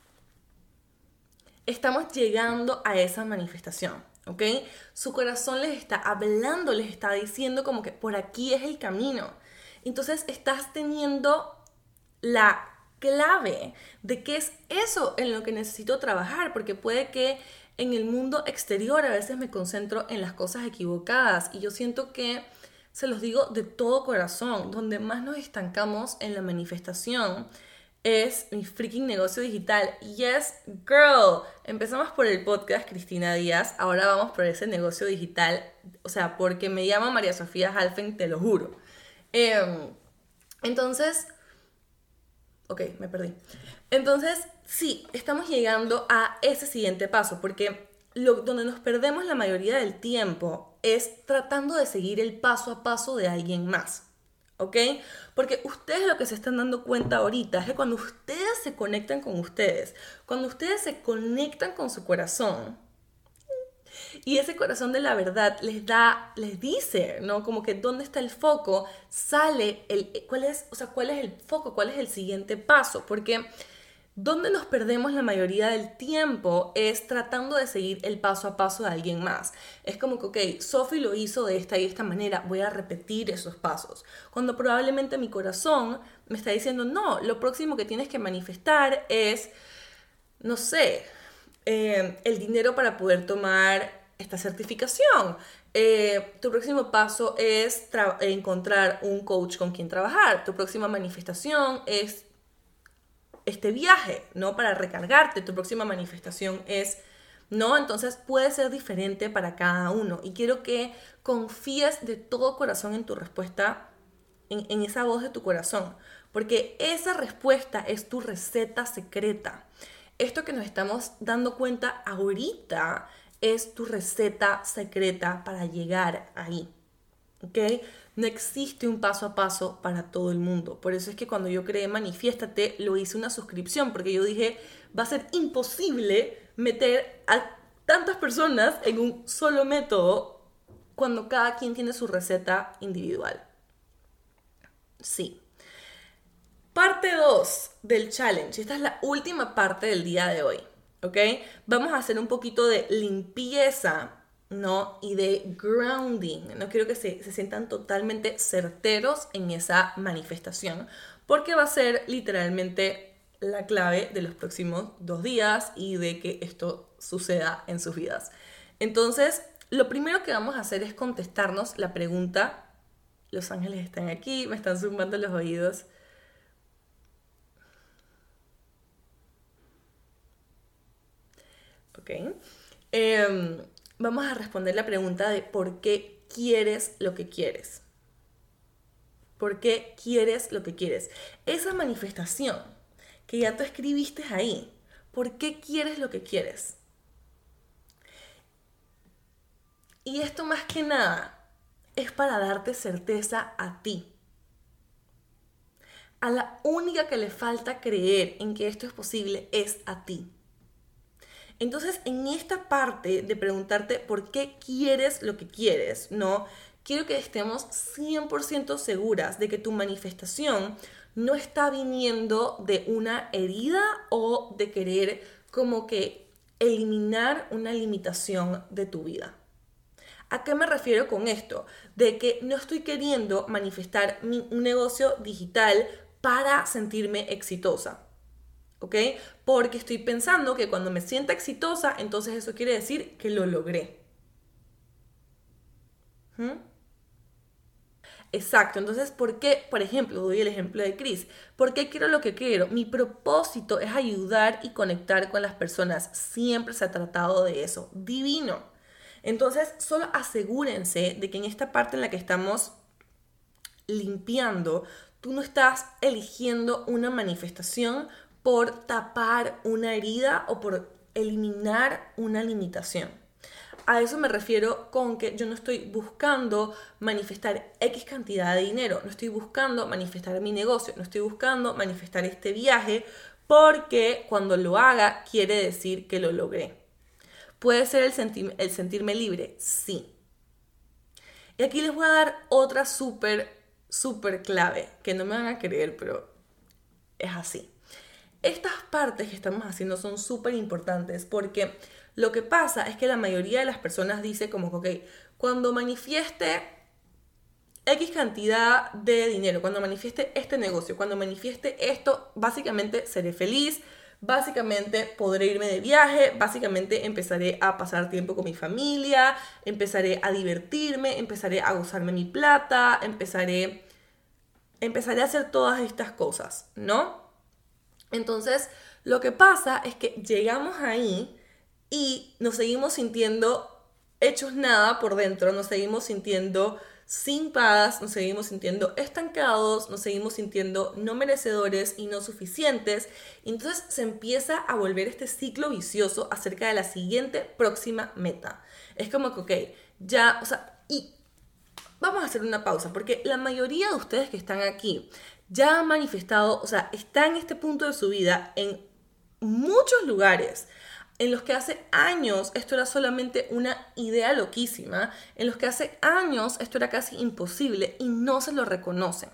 estamos llegando a esa manifestación, ¿ok? Su corazón les está hablando, les está diciendo como que por aquí es el camino. Entonces, estás teniendo la clave de qué es eso en lo que necesito trabajar, porque puede que en el mundo exterior a veces me concentro en las cosas equivocadas y yo siento que, se los digo de todo corazón, donde más nos estancamos en la manifestación es mi freaking negocio digital. Yes, girl. Empezamos por el podcast Cristina Díaz, ahora vamos por ese negocio digital, o sea, porque me llama María Sofía Halfen, te lo juro. Entonces, ok, me perdí. Entonces, sí, estamos llegando a ese siguiente paso, porque donde nos perdemos la mayoría del tiempo es tratando de seguir el paso a paso de alguien más, ¿ok? Porque ustedes lo que se están dando cuenta ahorita es que cuando ustedes se conectan con ustedes, cuando ustedes se conectan con su corazón, y ese corazón de la verdad les dice, ¿no? Como que dónde está el foco, sale cuál es el foco, cuál es el siguiente paso, porque donde nos perdemos la mayoría del tiempo es tratando de seguir el paso a paso de alguien más. Es como que, ok, Sophie lo hizo de esta y esta manera, voy a repetir esos pasos. Cuando probablemente mi corazón me está diciendo, no, lo próximo que tienes que manifestar es, no sé, el dinero para poder tomar esta certificación. Tu próximo paso es encontrar un coach con quien trabajar. Tu próxima manifestación es este viaje, ¿no? Para recargarte. Tu próxima manifestación es, ¿no? Entonces puede ser diferente para cada uno. Y quiero que confíes de todo corazón en tu respuesta, en esa voz de tu corazón. Porque esa respuesta es tu receta secreta. Esto que nos estamos dando cuenta ahorita es tu receta secreta para llegar ahí, ¿ok? No existe un paso a paso para todo el mundo. Por eso es que cuando yo creé Manifiéstate, lo hice una suscripción, porque yo dije, va a ser imposible meter a tantas personas en un solo método cuando cada quien tiene su receta individual. Sí. Parte 2 del challenge. Esta es la última parte del día de hoy, ¿ok? Vamos a hacer un poquito de limpieza, ¿no? Y de grounding. No quiero que se sientan totalmente certeros en esa manifestación, porque va a ser literalmente la clave de los próximos 2 días y de que esto suceda en sus vidas. Entonces, lo primero que vamos a hacer es contestarnos la pregunta. Los ángeles están aquí, me están zumbando los oídos. Ok. Vamos a responder la pregunta de por qué quieres lo que quieres. ¿Por qué quieres lo que quieres? Esa manifestación que ya tú escribiste ahí, ¿por qué quieres lo que quieres? Y esto más que nada es para darte certeza a ti. A la única que le falta creer en que esto es posible es a ti. Entonces, en esta parte de preguntarte por qué quieres lo que quieres, ¿no? Quiero que estemos 100% seguras de que tu manifestación no está viniendo de una herida o de querer como que eliminar una limitación de tu vida. ¿A qué me refiero con esto? De que no estoy queriendo manifestar un negocio digital para sentirme exitosa. ¿Ok? Porque estoy pensando que cuando me sienta exitosa, entonces eso quiere decir que lo logré. Exacto, entonces, ¿por qué? Por ejemplo, doy el ejemplo de Chris. ¿Por qué quiero lo que quiero? Mi propósito es ayudar y conectar con las personas. Siempre se ha tratado de eso. Divino. Entonces, solo asegúrense de que en esta parte en la que estamos limpiando, tú no estás eligiendo una manifestación por tapar una herida o por eliminar una limitación. A eso me refiero con que yo no estoy buscando manifestar X cantidad de dinero, no estoy buscando manifestar mi negocio, no estoy buscando manifestar este viaje porque cuando lo haga quiere decir que lo logré. ¿Puede ser el sentirme libre? Sí. Y aquí les voy a dar otra súper clave, que no me van a creer, pero es así. Estas partes que estamos haciendo son súper importantes porque lo que pasa es que la mayoría de las personas dice como que, ok, cuando manifieste X cantidad de dinero, cuando manifieste este negocio, cuando manifieste esto, básicamente seré feliz, básicamente podré irme de viaje, básicamente empezaré a pasar tiempo con mi familia, empezaré a divertirme, empezaré a gozarme mi plata, empezaré a hacer todas estas cosas, ¿no? Entonces, lo que pasa es que llegamos ahí y nos seguimos sintiendo hechos nada por dentro, nos seguimos sintiendo sin paz, nos seguimos sintiendo estancados, nos seguimos sintiendo no merecedores y no suficientes. Y entonces se empieza a volver este ciclo vicioso acerca de la siguiente próxima meta. Es como que, ok, ya, o sea, y vamos a hacer una pausa, porque la mayoría de ustedes que están aquí ya han manifestado, o sea, está en este punto de su vida en muchos lugares en los que hace años esto era solamente una idea loquísima, en los que hace años esto era casi imposible y no se lo reconocen.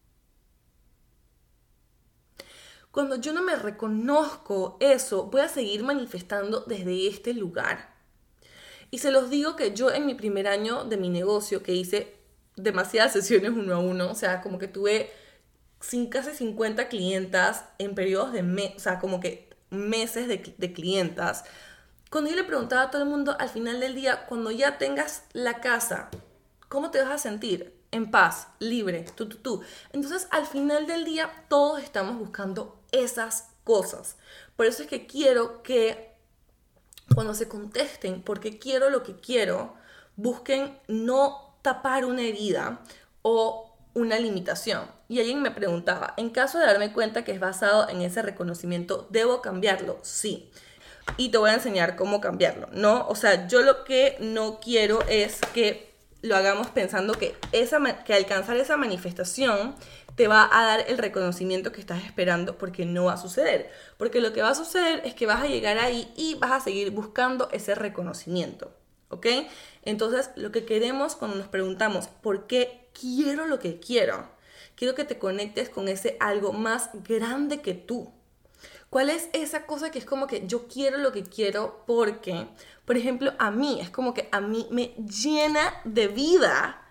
Cuando yo no me reconozco eso, voy a seguir manifestando desde este lugar. Y se los digo que yo en mi primer año de mi negocio, que hice demasiadas sesiones 1 a 1, o sea, como que tuve casi 50 clientas en periodos de o sea, como que meses de clientas. Cuando yo le preguntaba a todo el mundo al final del día, cuando ya tengas la casa, ¿cómo te vas a sentir? En paz, libre, tú. Entonces, al final del día, todos estamos buscando esas cosas. Por eso es que quiero que cuando se contesten porque quiero lo que quiero, busquen no tapar una herida o una limitación. Y alguien me preguntaba, en caso de darme cuenta que es basado en ese reconocimiento, ¿debo cambiarlo? Sí. Y te voy a enseñar cómo cambiarlo, ¿no? O sea, yo lo que no quiero es que lo hagamos pensando que alcanzar esa manifestación te va a dar el reconocimiento que estás esperando, porque no va a suceder. Porque lo que va a suceder es que vas a llegar ahí y vas a seguir buscando ese reconocimiento, ¿ok? Entonces, lo que queremos cuando nos preguntamos ¿por qué quiero lo que quiero? Quiero que te conectes con ese algo más grande que tú. ¿Cuál es esa cosa que es como que yo quiero lo que quiero? Porque, por ejemplo, a mí, es como que a mí me llena de vida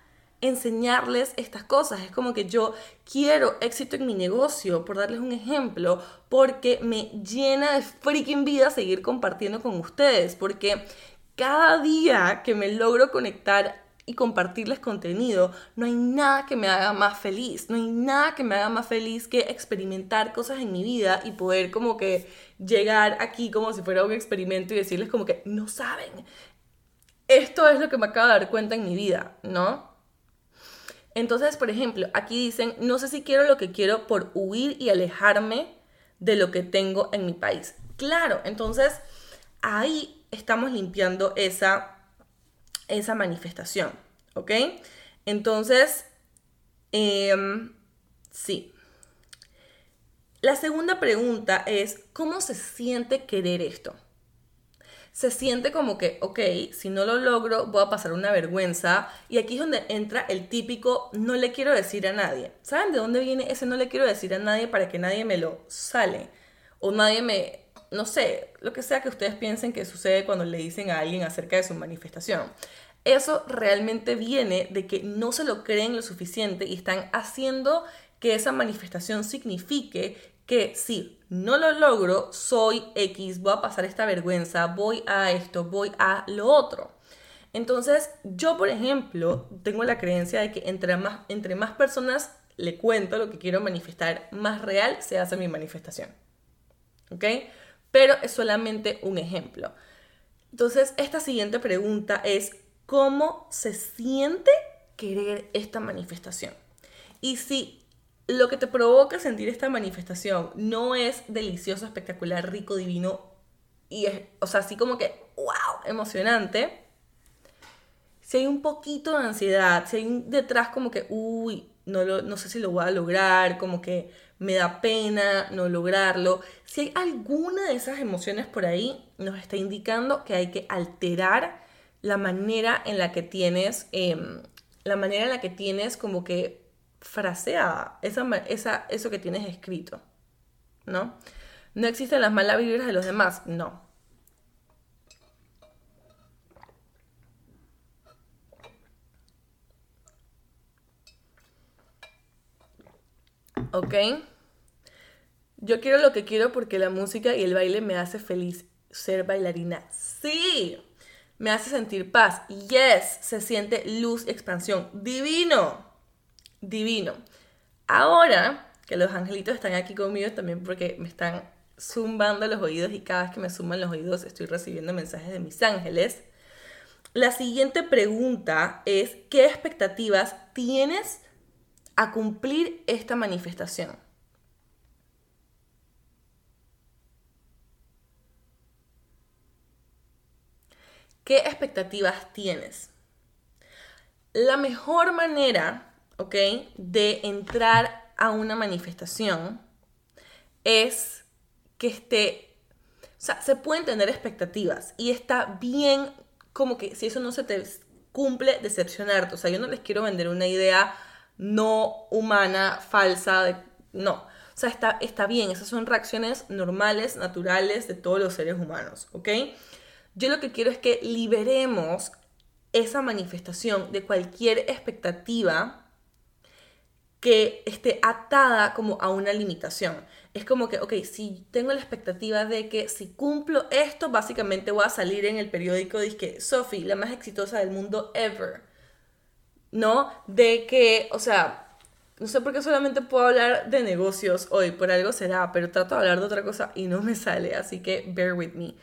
enseñarles estas cosas. Es como que yo quiero éxito en mi negocio, por darles un ejemplo, porque me llena de freaking vida seguir compartiendo con ustedes, porque cada día que me logro conectar y compartirles contenido, no hay nada que me haga más feliz, no hay nada que me haga más feliz que experimentar cosas en mi vida y poder como que llegar aquí como si fuera un experimento y decirles como que no saben, esto es lo que me acabo de dar cuenta en mi vida, ¿no? Entonces, por ejemplo, aquí dicen, no sé si quiero lo que quiero por huir y alejarme de lo que tengo en mi país. Claro, entonces ahí estamos limpiando esa manifestación, ¿ok? Entonces, sí. La segunda pregunta es, ¿cómo se siente querer esto? Se siente como que, ok, si no lo logro, voy a pasar una vergüenza. Y aquí es donde entra el típico, no le quiero decir a nadie. ¿Saben de dónde viene ese no le quiero decir a nadie para que nadie me lo sale? O nadie me, no sé, lo que sea que ustedes piensen que sucede cuando le dicen a alguien acerca de su manifestación. Eso realmente viene de que no se lo creen lo suficiente y están haciendo que esa manifestación signifique que si no lo logro, soy X, voy a pasar esta vergüenza, voy a esto, voy a lo otro. Entonces, yo, por ejemplo, tengo la creencia de que entre más personas le cuento lo que quiero manifestar, más real se hace mi manifestación. ¿Ok? Pero es solamente un ejemplo. Entonces, esta siguiente pregunta es, ¿cómo se siente querer esta manifestación? Y si lo que te provoca sentir esta manifestación no es delicioso, espectacular, rico, divino y es, o sea, así como que, wow, emocionante, si hay un poquito de ansiedad, si hay detrás como que, uy, no sé si lo voy a lograr, como que me da pena no lograrlo, si hay alguna de esas emociones por ahí, nos está indicando que hay que alterar la manera en la que tienes, como que fraseada, eso que tienes escrito, ¿no? ¿No existen las malas vibras de los demás? No. ¿Ok? Yo quiero lo que quiero porque la música y el baile me hace feliz. Ser bailarina, sí. Me hace sentir paz. Yes, se siente luz y expansión. Divino. Divino. Ahora que los angelitos están aquí conmigo también porque me están zumbando los oídos y cada vez que me zumban los oídos estoy recibiendo mensajes de mis ángeles. La siguiente pregunta es, ¿qué expectativas tienes a cumplir esta manifestación? ¿Qué expectativas tienes? La mejor manera, ¿ok?, de entrar a una manifestación es que o sea, se pueden tener expectativas y está bien como que si eso no se te cumple, decepcionarte. O sea, yo no les quiero vender una idea no humana, falsa, no. O sea, está bien, esas son reacciones normales, naturales de todos los seres humanos, ¿ok? Yo lo que quiero es que liberemos esa manifestación de cualquier expectativa que esté atada como a una limitación. Es como que, ok, si tengo la expectativa de que si cumplo esto, básicamente voy a salir en el periódico de que Sophie, la más exitosa del mundo ever, ¿no? De que, o sea, no sé por qué solamente puedo hablar de negocios hoy, por algo será, pero trato de hablar de otra cosa y no me sale, así que bear with me.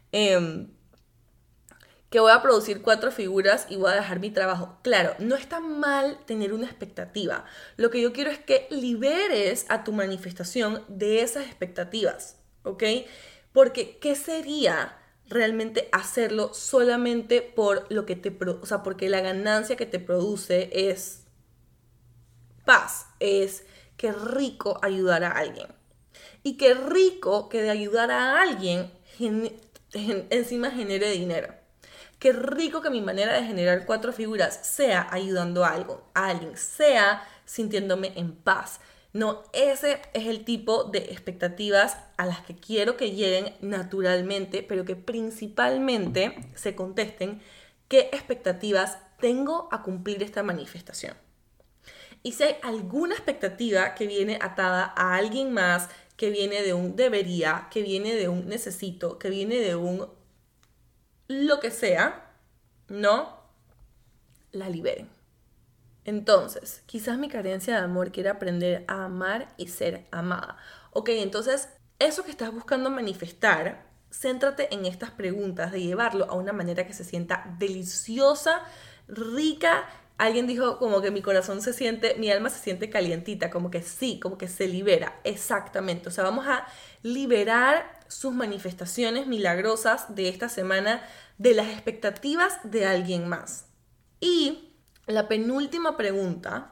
Que voy a producir 4 figuras y voy a dejar mi trabajo. Claro, no está mal tener una expectativa. Lo que yo quiero es que liberes a tu manifestación de esas expectativas, ¿ok? Porque, ¿qué sería realmente hacerlo solamente por lo que o sea, porque la ganancia que te produce es paz, es qué rico ayudar a alguien. Y qué rico que de ayudar a alguien encima genere dinero. Qué rico que mi manera de generar 4 figuras sea ayudando a alguien, sea sintiéndome en paz. No, ese es el tipo de expectativas a las que quiero que lleguen naturalmente, pero que principalmente se contesten qué expectativas tengo a cumplir esta manifestación. Y si hay alguna expectativa que viene atada a alguien más, que viene de un debería, que viene de un necesito, que viene de un lo que sea, no la liberen. Entonces, quizás mi carencia de amor quiere aprender a amar y ser amada. Ok, entonces, eso que estás buscando manifestar, céntrate en estas preguntas de llevarlo a una manera que se sienta deliciosa, rica. Alguien dijo como que mi alma se siente calientita, como que sí, como que se libera. Exactamente. O sea, vamos a liberar sus manifestaciones milagrosas de esta semana de las expectativas de alguien más. Y la penúltima pregunta,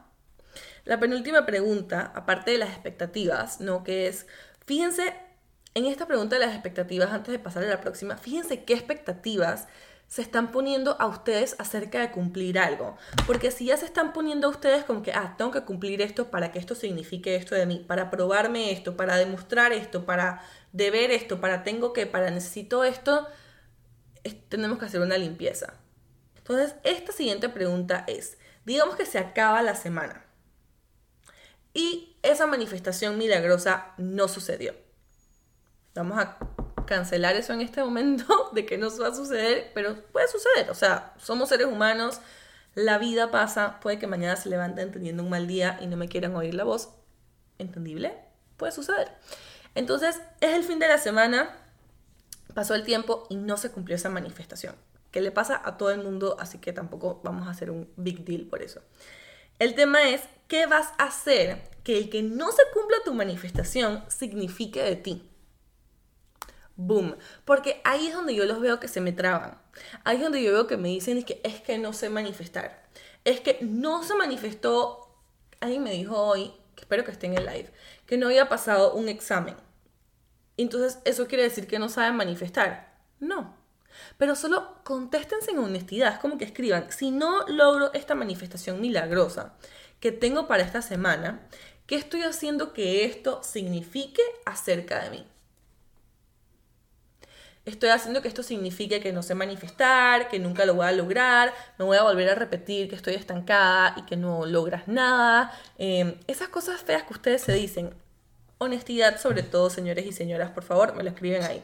aparte de las expectativas, ¿no? Que es, fíjense, en esta pregunta de las expectativas, antes de pasar a la próxima, fíjense qué expectativas se están poniendo a ustedes acerca de cumplir algo. Porque si ya se están poniendo a ustedes como que, tengo que cumplir esto para que esto signifique esto de mí, para probarme esto, para demostrar esto, para deber esto, para necesito esto, tenemos que hacer una limpieza. Entonces, esta siguiente pregunta es, digamos que se acaba la semana y esa manifestación milagrosa no sucedió. Vamos a cancelar eso en este momento de que no va a suceder, pero puede suceder. O sea, somos seres humanos, la vida pasa, puede que mañana se levanten teniendo un mal día y no me quieran oír la voz. ¿Entendible? Puede suceder. Entonces, es el fin de la semana, pasó el tiempo y no se cumplió esa manifestación. Que le pasa a todo el mundo, así que tampoco vamos a hacer un big deal por eso. El tema es, ¿qué vas a hacer que el que no se cumpla tu manifestación signifique de ti? Boom. Porque ahí es donde yo los veo que se me traban. Ahí es donde yo veo que me dicen es que no sé manifestar. Es que no se manifestó. Alguien me dijo hoy, que espero que esté en el live, que no había pasado un examen. Entonces, ¿eso quiere decir que no saben manifestar? No. Pero solo contéstense en honestidad. Es como que escriban, si no logro esta manifestación milagrosa que tengo para esta semana, ¿qué estoy haciendo que esto signifique acerca de mí? Estoy haciendo que esto signifique que no sé manifestar, que nunca lo voy a lograr, me voy a volver a repetir que estoy estancada y que no logras nada. Esas cosas feas que ustedes se dicen. Honestidad sobre todo, señores y señoras, por favor, me lo escriben ahí.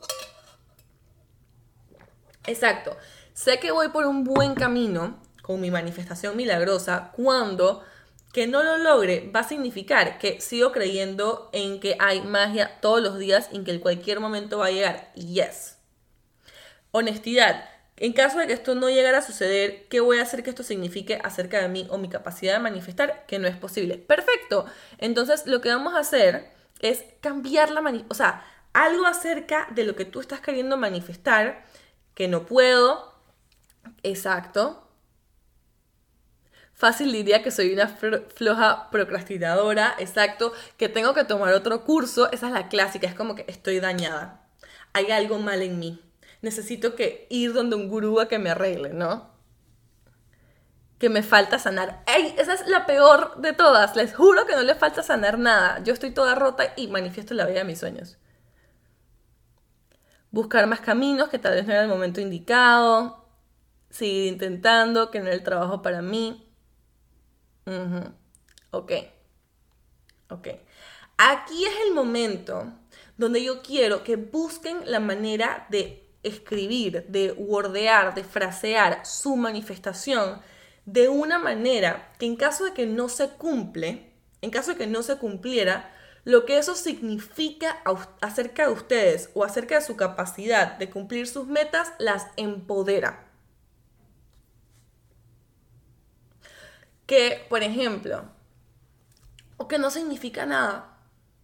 Exacto. Sé que voy por un buen camino con mi manifestación milagrosa cuando que no lo logre va a significar que sigo creyendo en que hay magia todos los días y que en cualquier momento va a llegar. Yes. Honestidad. En caso de que esto no llegara a suceder, ¿qué voy a hacer que esto signifique acerca de mí o mi capacidad de manifestar? Que no es posible. Perfecto. Entonces, lo que vamos a hacer es cambiar o sea, algo acerca de lo que tú estás queriendo manifestar, que no puedo. Exacto. Fácil diría que soy una floja procrastinadora, exacto, que tengo que tomar otro curso, esa es la clásica, es como que estoy dañada, hay algo mal en mí, necesito ir donde un gurú a que me arregle, ¿no? Que me falta sanar. ¡Ey! Esa es la peor de todas, les juro que no le falta sanar nada, yo estoy toda rota y manifiesto la vida de mis sueños. Buscar más caminos, que tal vez no era el momento indicado, seguir intentando, que no era el trabajo para mí. Ok. Aquí es el momento donde yo quiero que busquen la manera de escribir, de wordear, de frasear su manifestación de una manera que en caso de que no se cumpliera, lo que eso significa acerca de ustedes o acerca de su capacidad de cumplir sus metas, las empodera. Que, por ejemplo, o que no significa nada.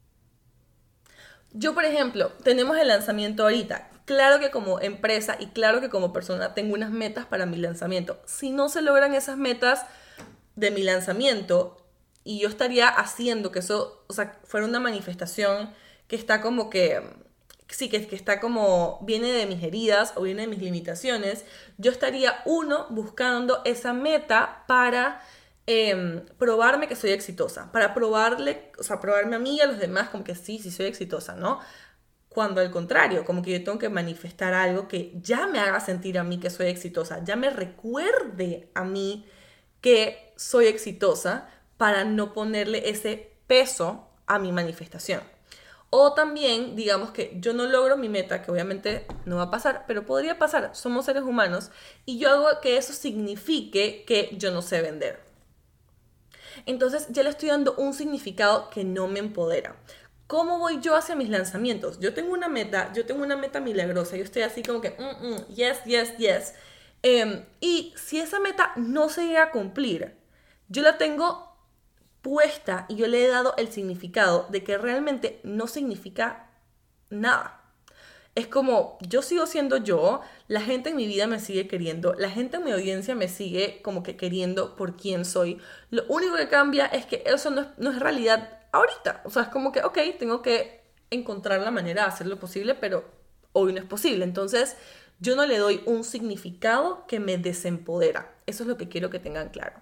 Yo, por ejemplo, tenemos el lanzamiento ahorita. Claro que como empresa y claro que como persona tengo unas metas para mi lanzamiento. Si no se logran esas metas de mi lanzamiento y yo estaría haciendo que eso, o sea, fuera una manifestación que está como que, sí, que está como, viene de mis heridas o viene de mis limitaciones, yo estaría, buscando esa meta para probarme que soy exitosa, para probarme a mí y a los demás como que sí soy exitosa, ¿no? Cuando al contrario, como que yo tengo que manifestar algo que ya me haga sentir a mí que soy exitosa, ya me recuerde a mí que soy exitosa para no ponerle ese peso a mi manifestación. O también, digamos que yo no logro mi meta, que obviamente no va a pasar, pero podría pasar, somos seres humanos, y yo hago que eso signifique que yo no sé vender. Entonces ya le estoy dando un significado que no me empodera. ¿Cómo voy yo hacia mis lanzamientos? Yo tengo una meta milagrosa, yo estoy así como que, yes, yes, yes. Y si esa meta no se llega a cumplir, yo la tengo puesta y yo le he dado el significado de que realmente no significa nada. Es como, yo sigo siendo yo, la gente en mi vida me sigue queriendo, la gente en mi audiencia me sigue como que queriendo por quién soy. Lo único que cambia es que eso no es realidad ahorita. O sea, es como que, ok, tengo que encontrar la manera de hacer lo posible, pero hoy no es posible. Entonces, yo no le doy un significado que me desempodera. Eso es lo que quiero que tengan claro.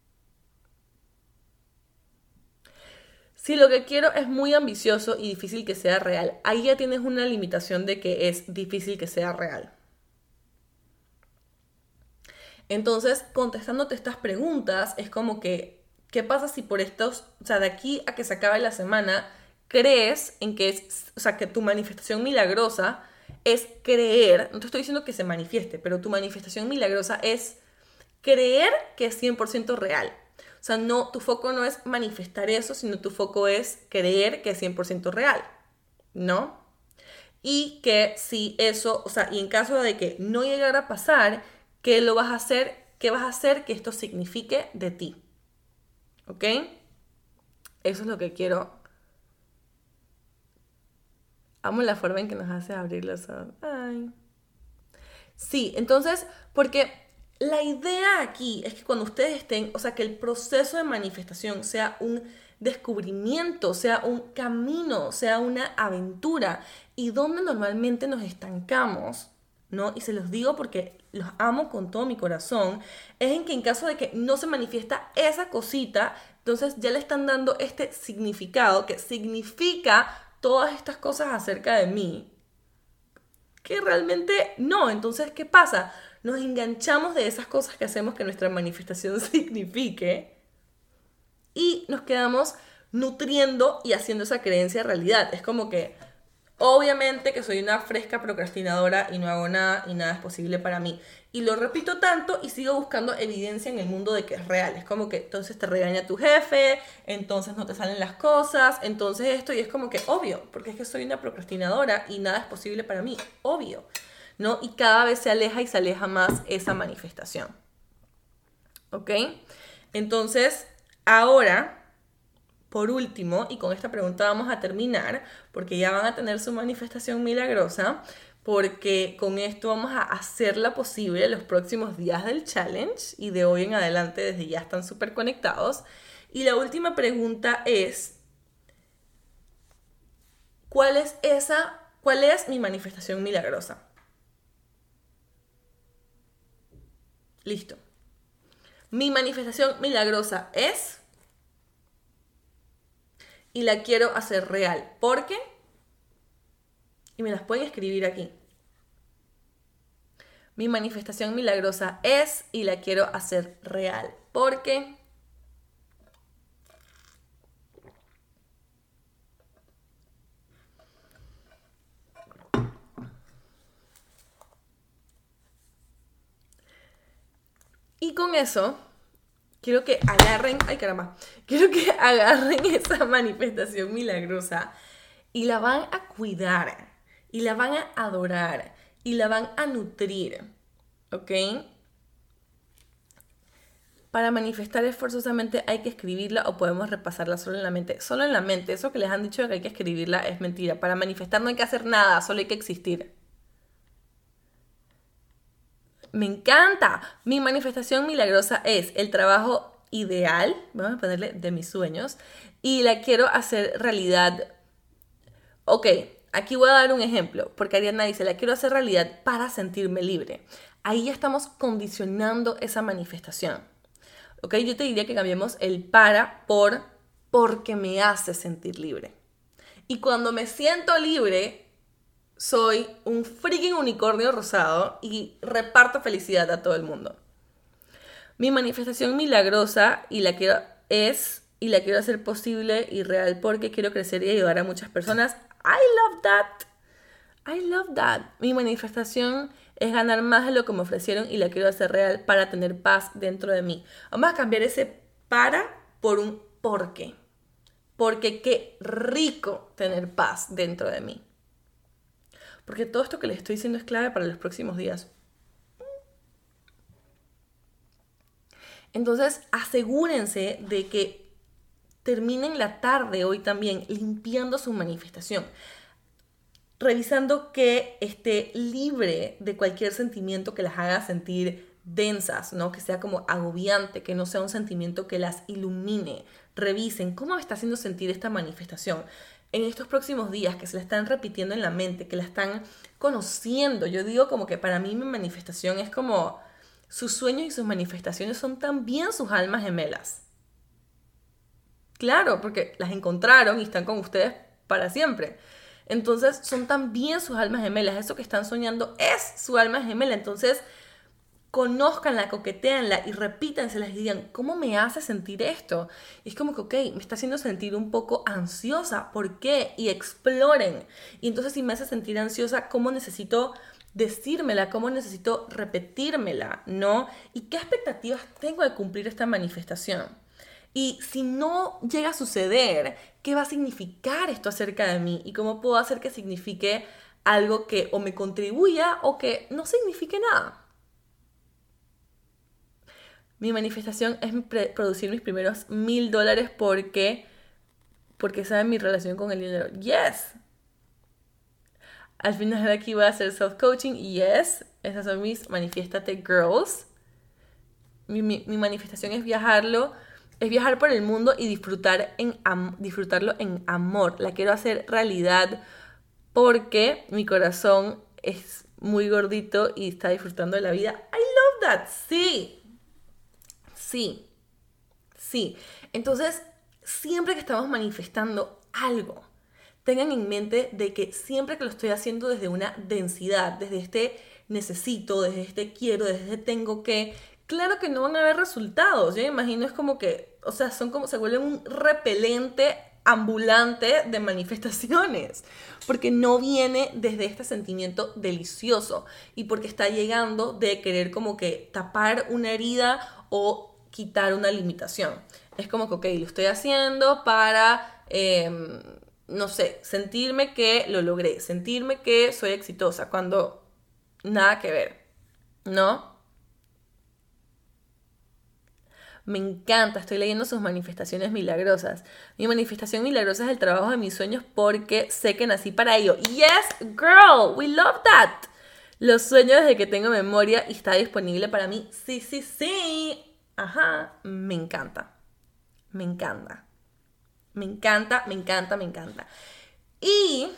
Si lo que quiero es muy ambicioso y difícil que sea real, ahí ya tienes una limitación de que es difícil que sea real. Entonces, contestándote estas preguntas, es como que, ¿qué pasa si por estos, o sea, de aquí a que se acabe la semana, crees en que es, o sea, que tu manifestación milagrosa es creer, no te estoy diciendo que se manifieste, pero tu manifestación milagrosa es creer que es 100% real. O sea, no, tu foco no es manifestar eso, sino tu foco es creer que es 100% real, ¿no? Y que si eso, o sea, y en caso de que no llegara a pasar, ¿qué lo vas a hacer? ¿Qué vas a hacer que esto signifique de ti? ¿Ok? Eso es lo que quiero. Amo la forma en que nos hace abrir los ojos. Ay. Sí, entonces, porque la idea aquí es que cuando ustedes estén, o sea, que el proceso de manifestación sea un descubrimiento, sea un camino, sea una aventura, y donde normalmente nos estancamos, ¿no? Y se los digo porque los amo con todo mi corazón, es en que en caso de que no se manifiesta esa cosita, entonces ya le están dando este significado que significa todas estas cosas acerca de mí, que realmente no. Entonces, ¿qué pasa? Nos enganchamos de esas cosas que hacemos que nuestra manifestación signifique y nos quedamos nutriendo y haciendo esa creencia realidad. Es como que, obviamente que soy una fresca procrastinadora y no hago nada y nada es posible para mí. Y lo repito tanto y sigo buscando evidencia en el mundo de que es real. Es como que entonces te regaña tu jefe, entonces no te salen las cosas, entonces esto, y es como que obvio, porque es que soy una procrastinadora y nada es posible para mí, obvio, ¿no? Y cada vez se aleja y se aleja más esa manifestación. ¿Ok? Entonces, ahora, por último, y con esta pregunta vamos a terminar, porque ya van a tener su manifestación milagrosa, porque con esto vamos a hacerla posible los próximos días del challenge, y de hoy en adelante desde ya están súper conectados. Y la última pregunta es, ¿cuál es mi manifestación milagrosa? Listo. Mi manifestación milagrosa es, y la quiero hacer real. ¿Por qué? Y me las pueden escribir aquí. Mi manifestación milagrosa es, y la quiero hacer real. ¿Por qué? Y con eso, quiero que agarren esa manifestación milagrosa y la van a cuidar, y la van a adorar, y la van a nutrir, ¿ok? Para manifestar esforzosamente hay que escribirla o podemos repasarla solo en la mente. Solo en la mente, eso que les han dicho de que hay que escribirla es mentira. Para manifestar no hay que hacer nada, solo hay que existir. Me encanta. Mi manifestación milagrosa es el trabajo ideal, vamos a ponerle de mis sueños, y la quiero hacer realidad. Ok, aquí voy a dar un ejemplo, porque Ariana dice, la quiero hacer realidad para sentirme libre. Ahí ya estamos condicionando esa manifestación. Ok, yo te diría que cambiemos el para por porque me hace sentir libre. Y cuando me siento libre, soy un freaking unicornio rosado y reparto felicidad a todo el mundo. Mi manifestación milagrosa y la quiero hacer posible y real porque quiero crecer y ayudar a muchas personas. I love that. I love that. Mi manifestación es ganar más de lo que me ofrecieron y la quiero hacer real para tener paz dentro de mí. Vamos a cambiar ese para por un porque. Porque qué rico tener paz dentro de mí. Porque todo esto que les estoy diciendo es clave para los próximos días. Entonces, asegúrense de que terminen la tarde hoy también limpiando su manifestación. Revisando que esté libre de cualquier sentimiento que las haga sentir densas, ¿no? Que sea como agobiante, que no sea un sentimiento que las ilumine. Revisen cómo me está haciendo sentir esta manifestación en estos próximos días, que se la están repitiendo en la mente, que la están conociendo. Yo digo como que para mí mi manifestación es como sus sueños y sus manifestaciones son también sus almas gemelas. Claro, porque las encontraron y están con ustedes para siempre. Entonces son también sus almas gemelas. Eso que están soñando es su alma gemela. Entonces conózcanla, coquetéanla y repítanselas y digan, ¿cómo me hace sentir esto? Y es como que, ok, me está haciendo sentir un poco ansiosa. ¿Por qué? Y exploren. Y entonces si me hace sentir ansiosa, ¿cómo necesito decírmela? ¿Cómo necesito repetírmela? ¿No? ¿Y qué expectativas tengo de cumplir esta manifestación? Y si no llega a suceder, ¿qué va a significar esto acerca de mí? ¿Y cómo puedo hacer que signifique algo que o me contribuya o que no signifique nada? Mi manifestación es producir mis primeros $1,000 porque saben mi relación con el dinero. Yes. Al final de aquí voy a hacer self-coaching. Yes. Esas son mis Manifiéstate Girls. Mi manifestación es viajar por el mundo y disfrutarlo en amor. La quiero hacer realidad porque mi corazón es muy gordito y está disfrutando de la vida. I love that. Sí. Entonces, siempre que estamos manifestando algo, tengan en mente de que siempre que lo estoy haciendo desde una densidad, desde este necesito, desde este quiero, desde este tengo que, claro que no van a haber resultados. Yo me imagino es como que, o sea, se vuelven un repelente ambulante de manifestaciones, porque no viene desde este sentimiento delicioso y porque está llegando de querer como que tapar una herida o quitar una limitación. Es como que, ok, lo estoy haciendo para, no sé, sentirme que lo logré, sentirme que soy exitosa, cuando nada que ver, ¿no? Me encanta, estoy leyendo sus manifestaciones milagrosas. Mi manifestación milagrosa es el trabajo de mis sueños porque sé que nací para ello. Yes, girl, we love that. Los sueños desde que tengo memoria y está disponible para mí. Sí. Ajá, me encanta. Y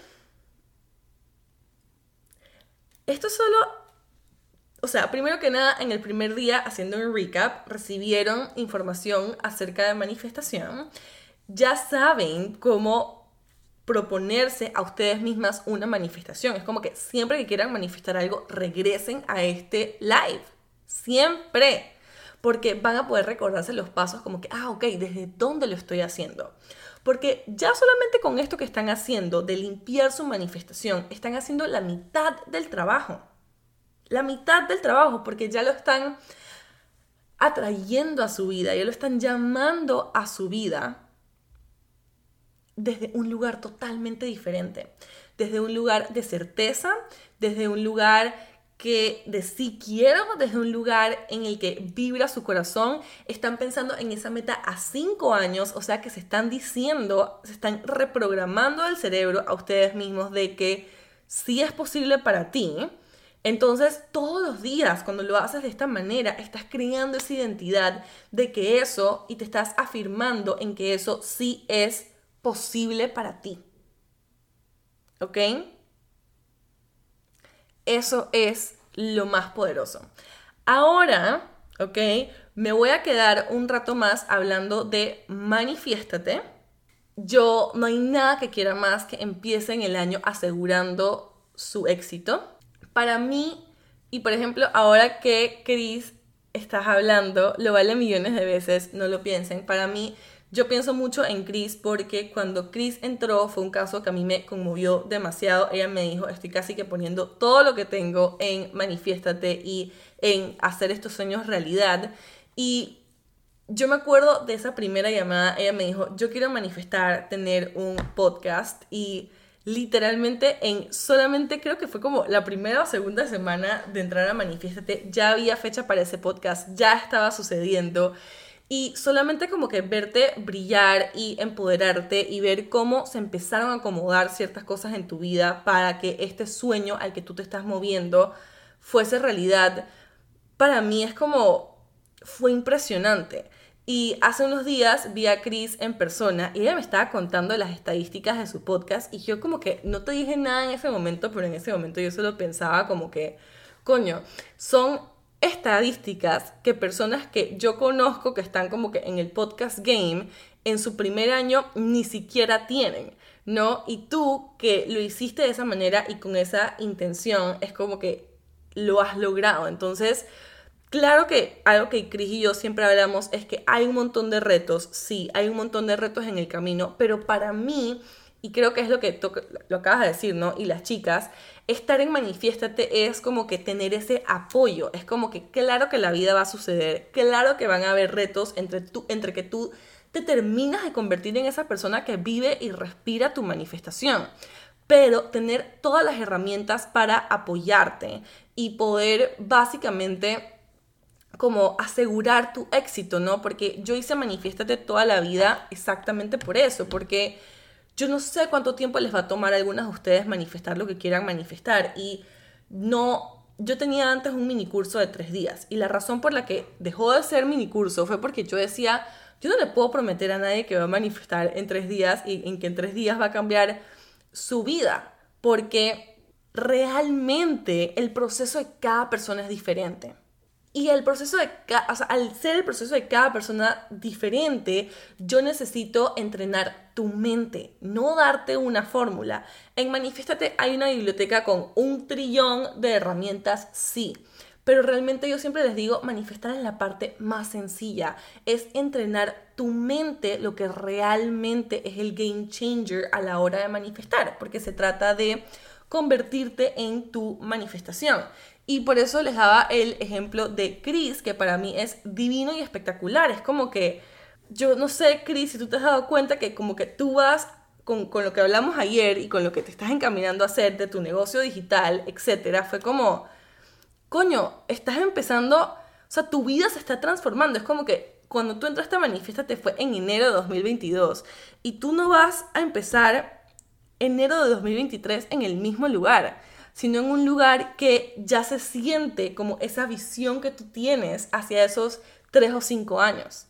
esto solo, o sea, primero que nada, en el primer día, haciendo un recap, recibieron información acerca de manifestación. Ya saben cómo proponerse a ustedes mismas una manifestación. Es como que siempre que quieran manifestar algo, regresen a este live. Siempre. Porque van a poder recordarse los pasos como que, ok, ¿desde dónde lo estoy haciendo? Porque ya solamente con esto que están haciendo, de limpiar su manifestación, están haciendo la mitad del trabajo. La mitad del trabajo, porque ya lo están atrayendo a su vida, ya lo están llamando a su vida desde un lugar totalmente diferente. Desde un lugar de certeza, desde un lugar de sí quiero, desde un lugar en el que vibra su corazón. Están pensando en esa meta a 5 años, o sea que se están reprogramando el cerebro a ustedes mismos de que sí es posible para ti. Entonces, todos los días, cuando lo haces de esta manera, estás creando esa identidad de que eso, y te estás afirmando en que eso sí es posible para ti. ¿Ok? Eso es lo más poderoso. Ahora, ¿ok? Me voy a quedar un rato más hablando de manifiéstate. No hay nada que quiera más que empiecen el año asegurando su éxito. Para mí, y por ejemplo, ahora que Chris estás hablando, lo vale millones de veces, no lo piensen. Para mí, yo pienso mucho en Chris porque cuando Chris entró fue un caso que a mí me conmovió demasiado. Ella me dijo, estoy casi que poniendo todo lo que tengo en Manifiéstate y en hacer estos sueños realidad. Y yo me acuerdo de esa primera llamada, ella me dijo, yo quiero manifestar tener un podcast, y literalmente en solamente creo que fue como la primera o segunda semana de entrar a Manifiéstate, ya había fecha para ese podcast, ya estaba sucediendo, y solamente como que verte brillar y empoderarte y ver cómo se empezaron a acomodar ciertas cosas en tu vida para que este sueño al que tú te estás moviendo fuese realidad, para mí es como, fue impresionante. Y hace unos días vi a Chris en persona y ella me estaba contando las estadísticas de su podcast, y yo como que no te dije nada en ese momento, pero en ese momento yo solo pensaba como que, coño, son estadísticas que personas que yo conozco que están como que en el podcast game en su primer año ni siquiera tienen, ¿no? Y tú que lo hiciste de esa manera y con esa intención, es como que lo has logrado. Entonces, claro que algo que Chris y yo siempre hablamos es que hay un montón de retos, sí, hay un montón de retos en el camino, pero para mí, y creo que es lo que lo acabas de decir, ¿no? Y las chicas, estar en Manifiéstate es como que tener ese apoyo, es como que claro que la vida va a suceder, claro que van a haber retos entre que tú te terminas de convertir en esa persona que vive y respira tu manifestación, pero tener todas las herramientas para apoyarte y poder básicamente como asegurar tu éxito, ¿no? Porque yo hice Manifiéstate toda la vida exactamente por eso, porque yo no sé cuánto tiempo les va a tomar a algunas de ustedes manifestar lo que quieran manifestar, y no, yo tenía antes un minicurso de 3 días, y la razón por la que dejó de ser minicurso fue porque yo decía, yo no le puedo prometer a nadie que va a manifestar en 3 días y en que en 3 días va a cambiar su vida, porque realmente el proceso de cada persona es diferente. Y el proceso al ser el proceso de cada persona diferente, yo necesito entrenar tu mente, no darte una fórmula. En Manifiéstate hay una biblioteca con 1 trillón de herramientas, sí. Pero realmente yo siempre les digo, manifestar es la parte más sencilla. Es entrenar tu mente, lo que realmente es el game changer a la hora de manifestar. Porque se trata de convertirte en tu manifestación. Y por eso les daba el ejemplo de Chris, que para mí es divino y espectacular. Es como que, yo no sé, Chris, si tú te has dado cuenta que como que tú vas con lo que hablamos ayer y con lo que te estás encaminando a hacer de tu negocio digital, etcétera, fue como, coño, estás empezando, o sea, tu vida se está transformando. Es como que cuando tú entraste a Manifiéstate fue en enero de 2022 y tú no vas a empezar enero de 2023 en el mismo lugar, sino en un lugar que ya se siente como esa visión que tú tienes hacia esos 3 o 5 años.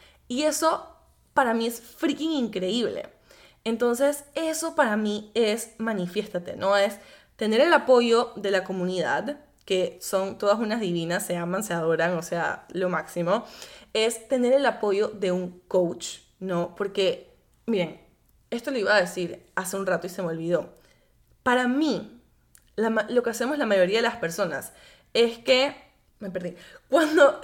Y eso para mí es freaking increíble. Entonces, eso para mí es Manifiéstate, ¿no? Es tener el apoyo de la comunidad, que son todas unas divinas, se aman, se adoran, o sea, lo máximo. Es tener el apoyo de un coach, ¿no? Porque, miren, esto lo iba a decir hace un rato y se me olvidó. Para mí, lo que hacemos la mayoría de las personas es que, me perdí, cuando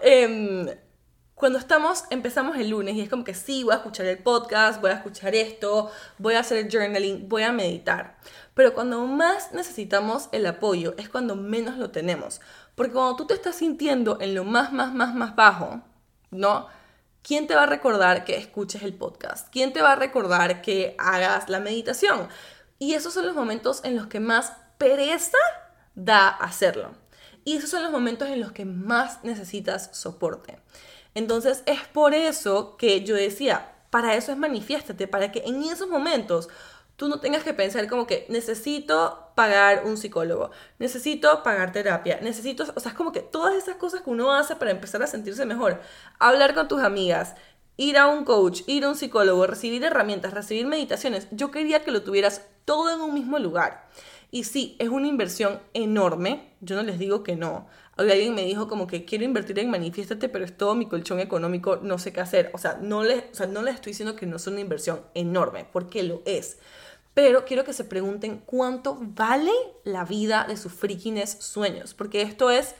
empezamos el lunes y es como que sí, voy a escuchar el podcast, voy a escuchar esto, voy a hacer journaling, voy a meditar. Pero cuando más necesitamos el apoyo es cuando menos lo tenemos. Porque cuando tú te estás sintiendo en lo más bajo, ¿no? ¿Quién te va a recordar que escuches el podcast? ¿Quién te va a recordar que hagas la meditación? Y esos son los momentos en los que más pereza da hacerlo. Y esos son los momentos en los que más necesitas soporte. Entonces es por eso que yo decía, para eso es Manifiéstate, para que en esos momentos tú no tengas que pensar como que necesito pagar un psicólogo, necesito pagar terapia, o sea, es como que todas esas cosas que uno hace para empezar a sentirse mejor, hablar con tus amigas, ir a un coach, ir a un psicólogo, recibir herramientas, recibir meditaciones. Yo quería que lo tuvieras todo en un mismo lugar. Y sí, es una inversión enorme, yo no les digo que no. Alguien me dijo como que quiero invertir en Manifiéstate, pero es todo mi colchón económico, no sé qué hacer. O sea, no les estoy diciendo que no es una inversión enorme, porque lo es. pero quiero que se pregunten cuánto vale la vida de sus freaking sueños, porque esto es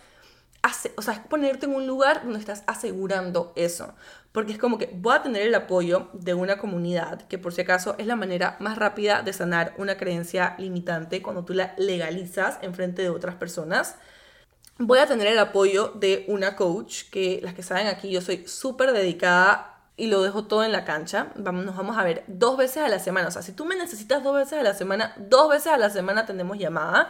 es ponerte en un lugar donde estás asegurando eso. Porque es como que voy a tener el apoyo de una comunidad, que por si acaso es la manera más rápida de sanar una creencia limitante cuando tú la legalizas en frente de otras personas. Voy a tener el apoyo de una coach, que las que saben aquí, yo soy súper dedicada y lo dejo todo en la cancha. Nos vamos a ver 2 veces a la semana. O sea, si tú me necesitas 2 veces a la semana, 2 veces a la semana tenemos llamada.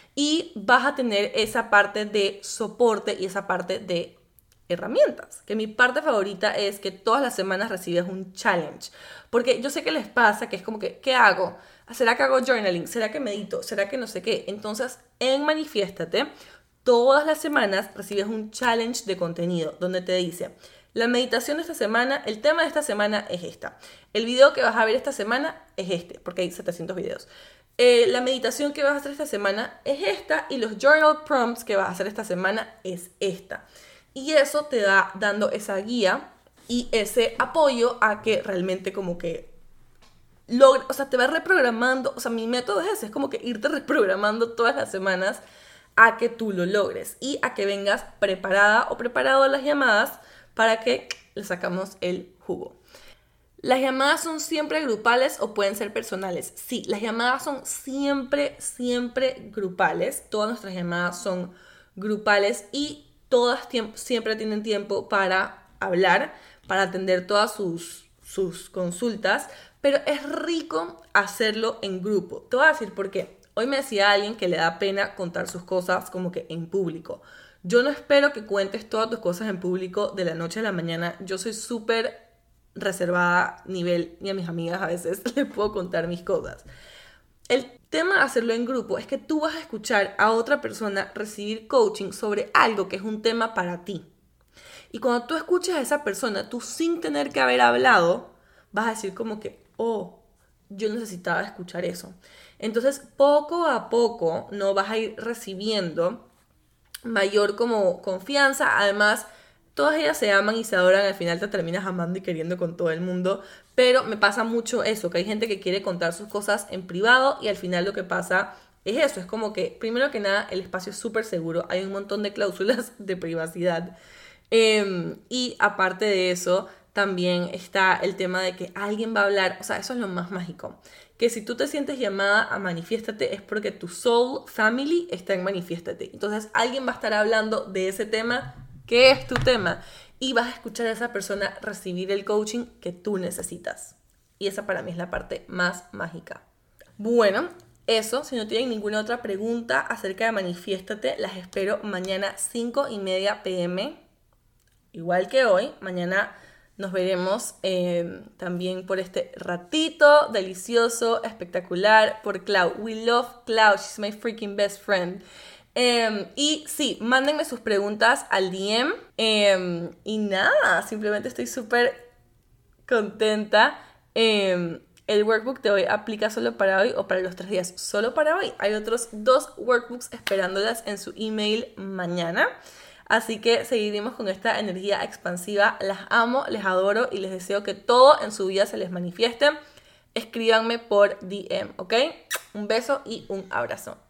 Y vas a tener esa parte de soporte y esa parte de herramientas. Que mi parte favorita es que todas las semanas recibes un challenge. Porque yo sé que les pasa que es como que, ¿qué hago? ¿Será que hago journaling? ¿Será que medito? ¿Será que no sé qué? Entonces, en Manifiéstate, todas las semanas recibes un challenge de contenido donde te dice: la meditación de esta semana, el tema de esta semana es esta. El video que vas a ver esta semana es este, porque hay 700 videos. La meditación que vas a hacer esta semana es esta y los journal prompts que vas a hacer esta semana es esta. Y eso te da dando esa guía y ese apoyo a que realmente como que logre, o sea, te va reprogramando. O sea, mi método es ese, es como que irte reprogramando todas las semanas a que tú lo logres y a que vengas preparada o preparado a las llamadas para que le sacamos el jugo. ¿Las llamadas son siempre grupales o pueden ser personales? Sí, las llamadas son siempre grupales. Todas nuestras llamadas son grupales y todas siempre tienen tiempo para hablar, para atender todas sus consultas, pero es rico hacerlo en grupo. Te voy a decir por qué. Hoy me decía alguien que le da pena contar sus cosas como que en público. Yo no espero que cuentes todas tus cosas en público de la noche a la mañana. Yo soy súper reservada, ni a mis amigas a veces les puedo contar mis cosas. El tema de hacerlo en grupo es que tú vas a escuchar a otra persona recibir coaching sobre algo que es un tema para ti. Y cuando tú escuchas a esa persona, tú sin tener que haber hablado, vas a decir como que, oh, yo necesitaba escuchar eso. Entonces, poco a poco, no vas a ir recibiendo mayor como confianza. Además, todas ellas se aman y se adoran, al final te terminas amando y queriendo con todo el mundo, pero me pasa mucho eso, que hay gente que quiere contar sus cosas en privado y al final lo que pasa es eso, es como que, primero que nada, el espacio es súper seguro, hay un montón de cláusulas de privacidad y aparte de eso, también está el tema de que alguien va a hablar, o sea, eso es lo más mágico, que si tú te sientes llamada a Manifiéstate es porque tu soul family está en Manifiéstate, entonces alguien va a estar hablando de ese tema. ¿Qué es tu tema? Y vas a escuchar a esa persona recibir el coaching que tú necesitas. Y esa para mí es la parte más mágica. Bueno, eso, si no tienen ninguna otra pregunta acerca de Manifiéstate, las espero mañana 5:30 p.m. Igual que hoy, mañana nos veremos también por este ratito delicioso, espectacular, por Clau. We love Clau, she's my freaking best friend. Y sí, mándenme sus preguntas al DM. Y nada, simplemente estoy súper contenta. El workbook de hoy aplica solo para hoy o para los 3 días. Solo para hoy. Hay otros 2 workbooks esperándolas en su email mañana. Así que seguiremos con esta energía expansiva. Las amo, les adoro y les deseo que todo en su vida se les manifieste. Escríbanme por DM, ¿ok? Un beso y un abrazo.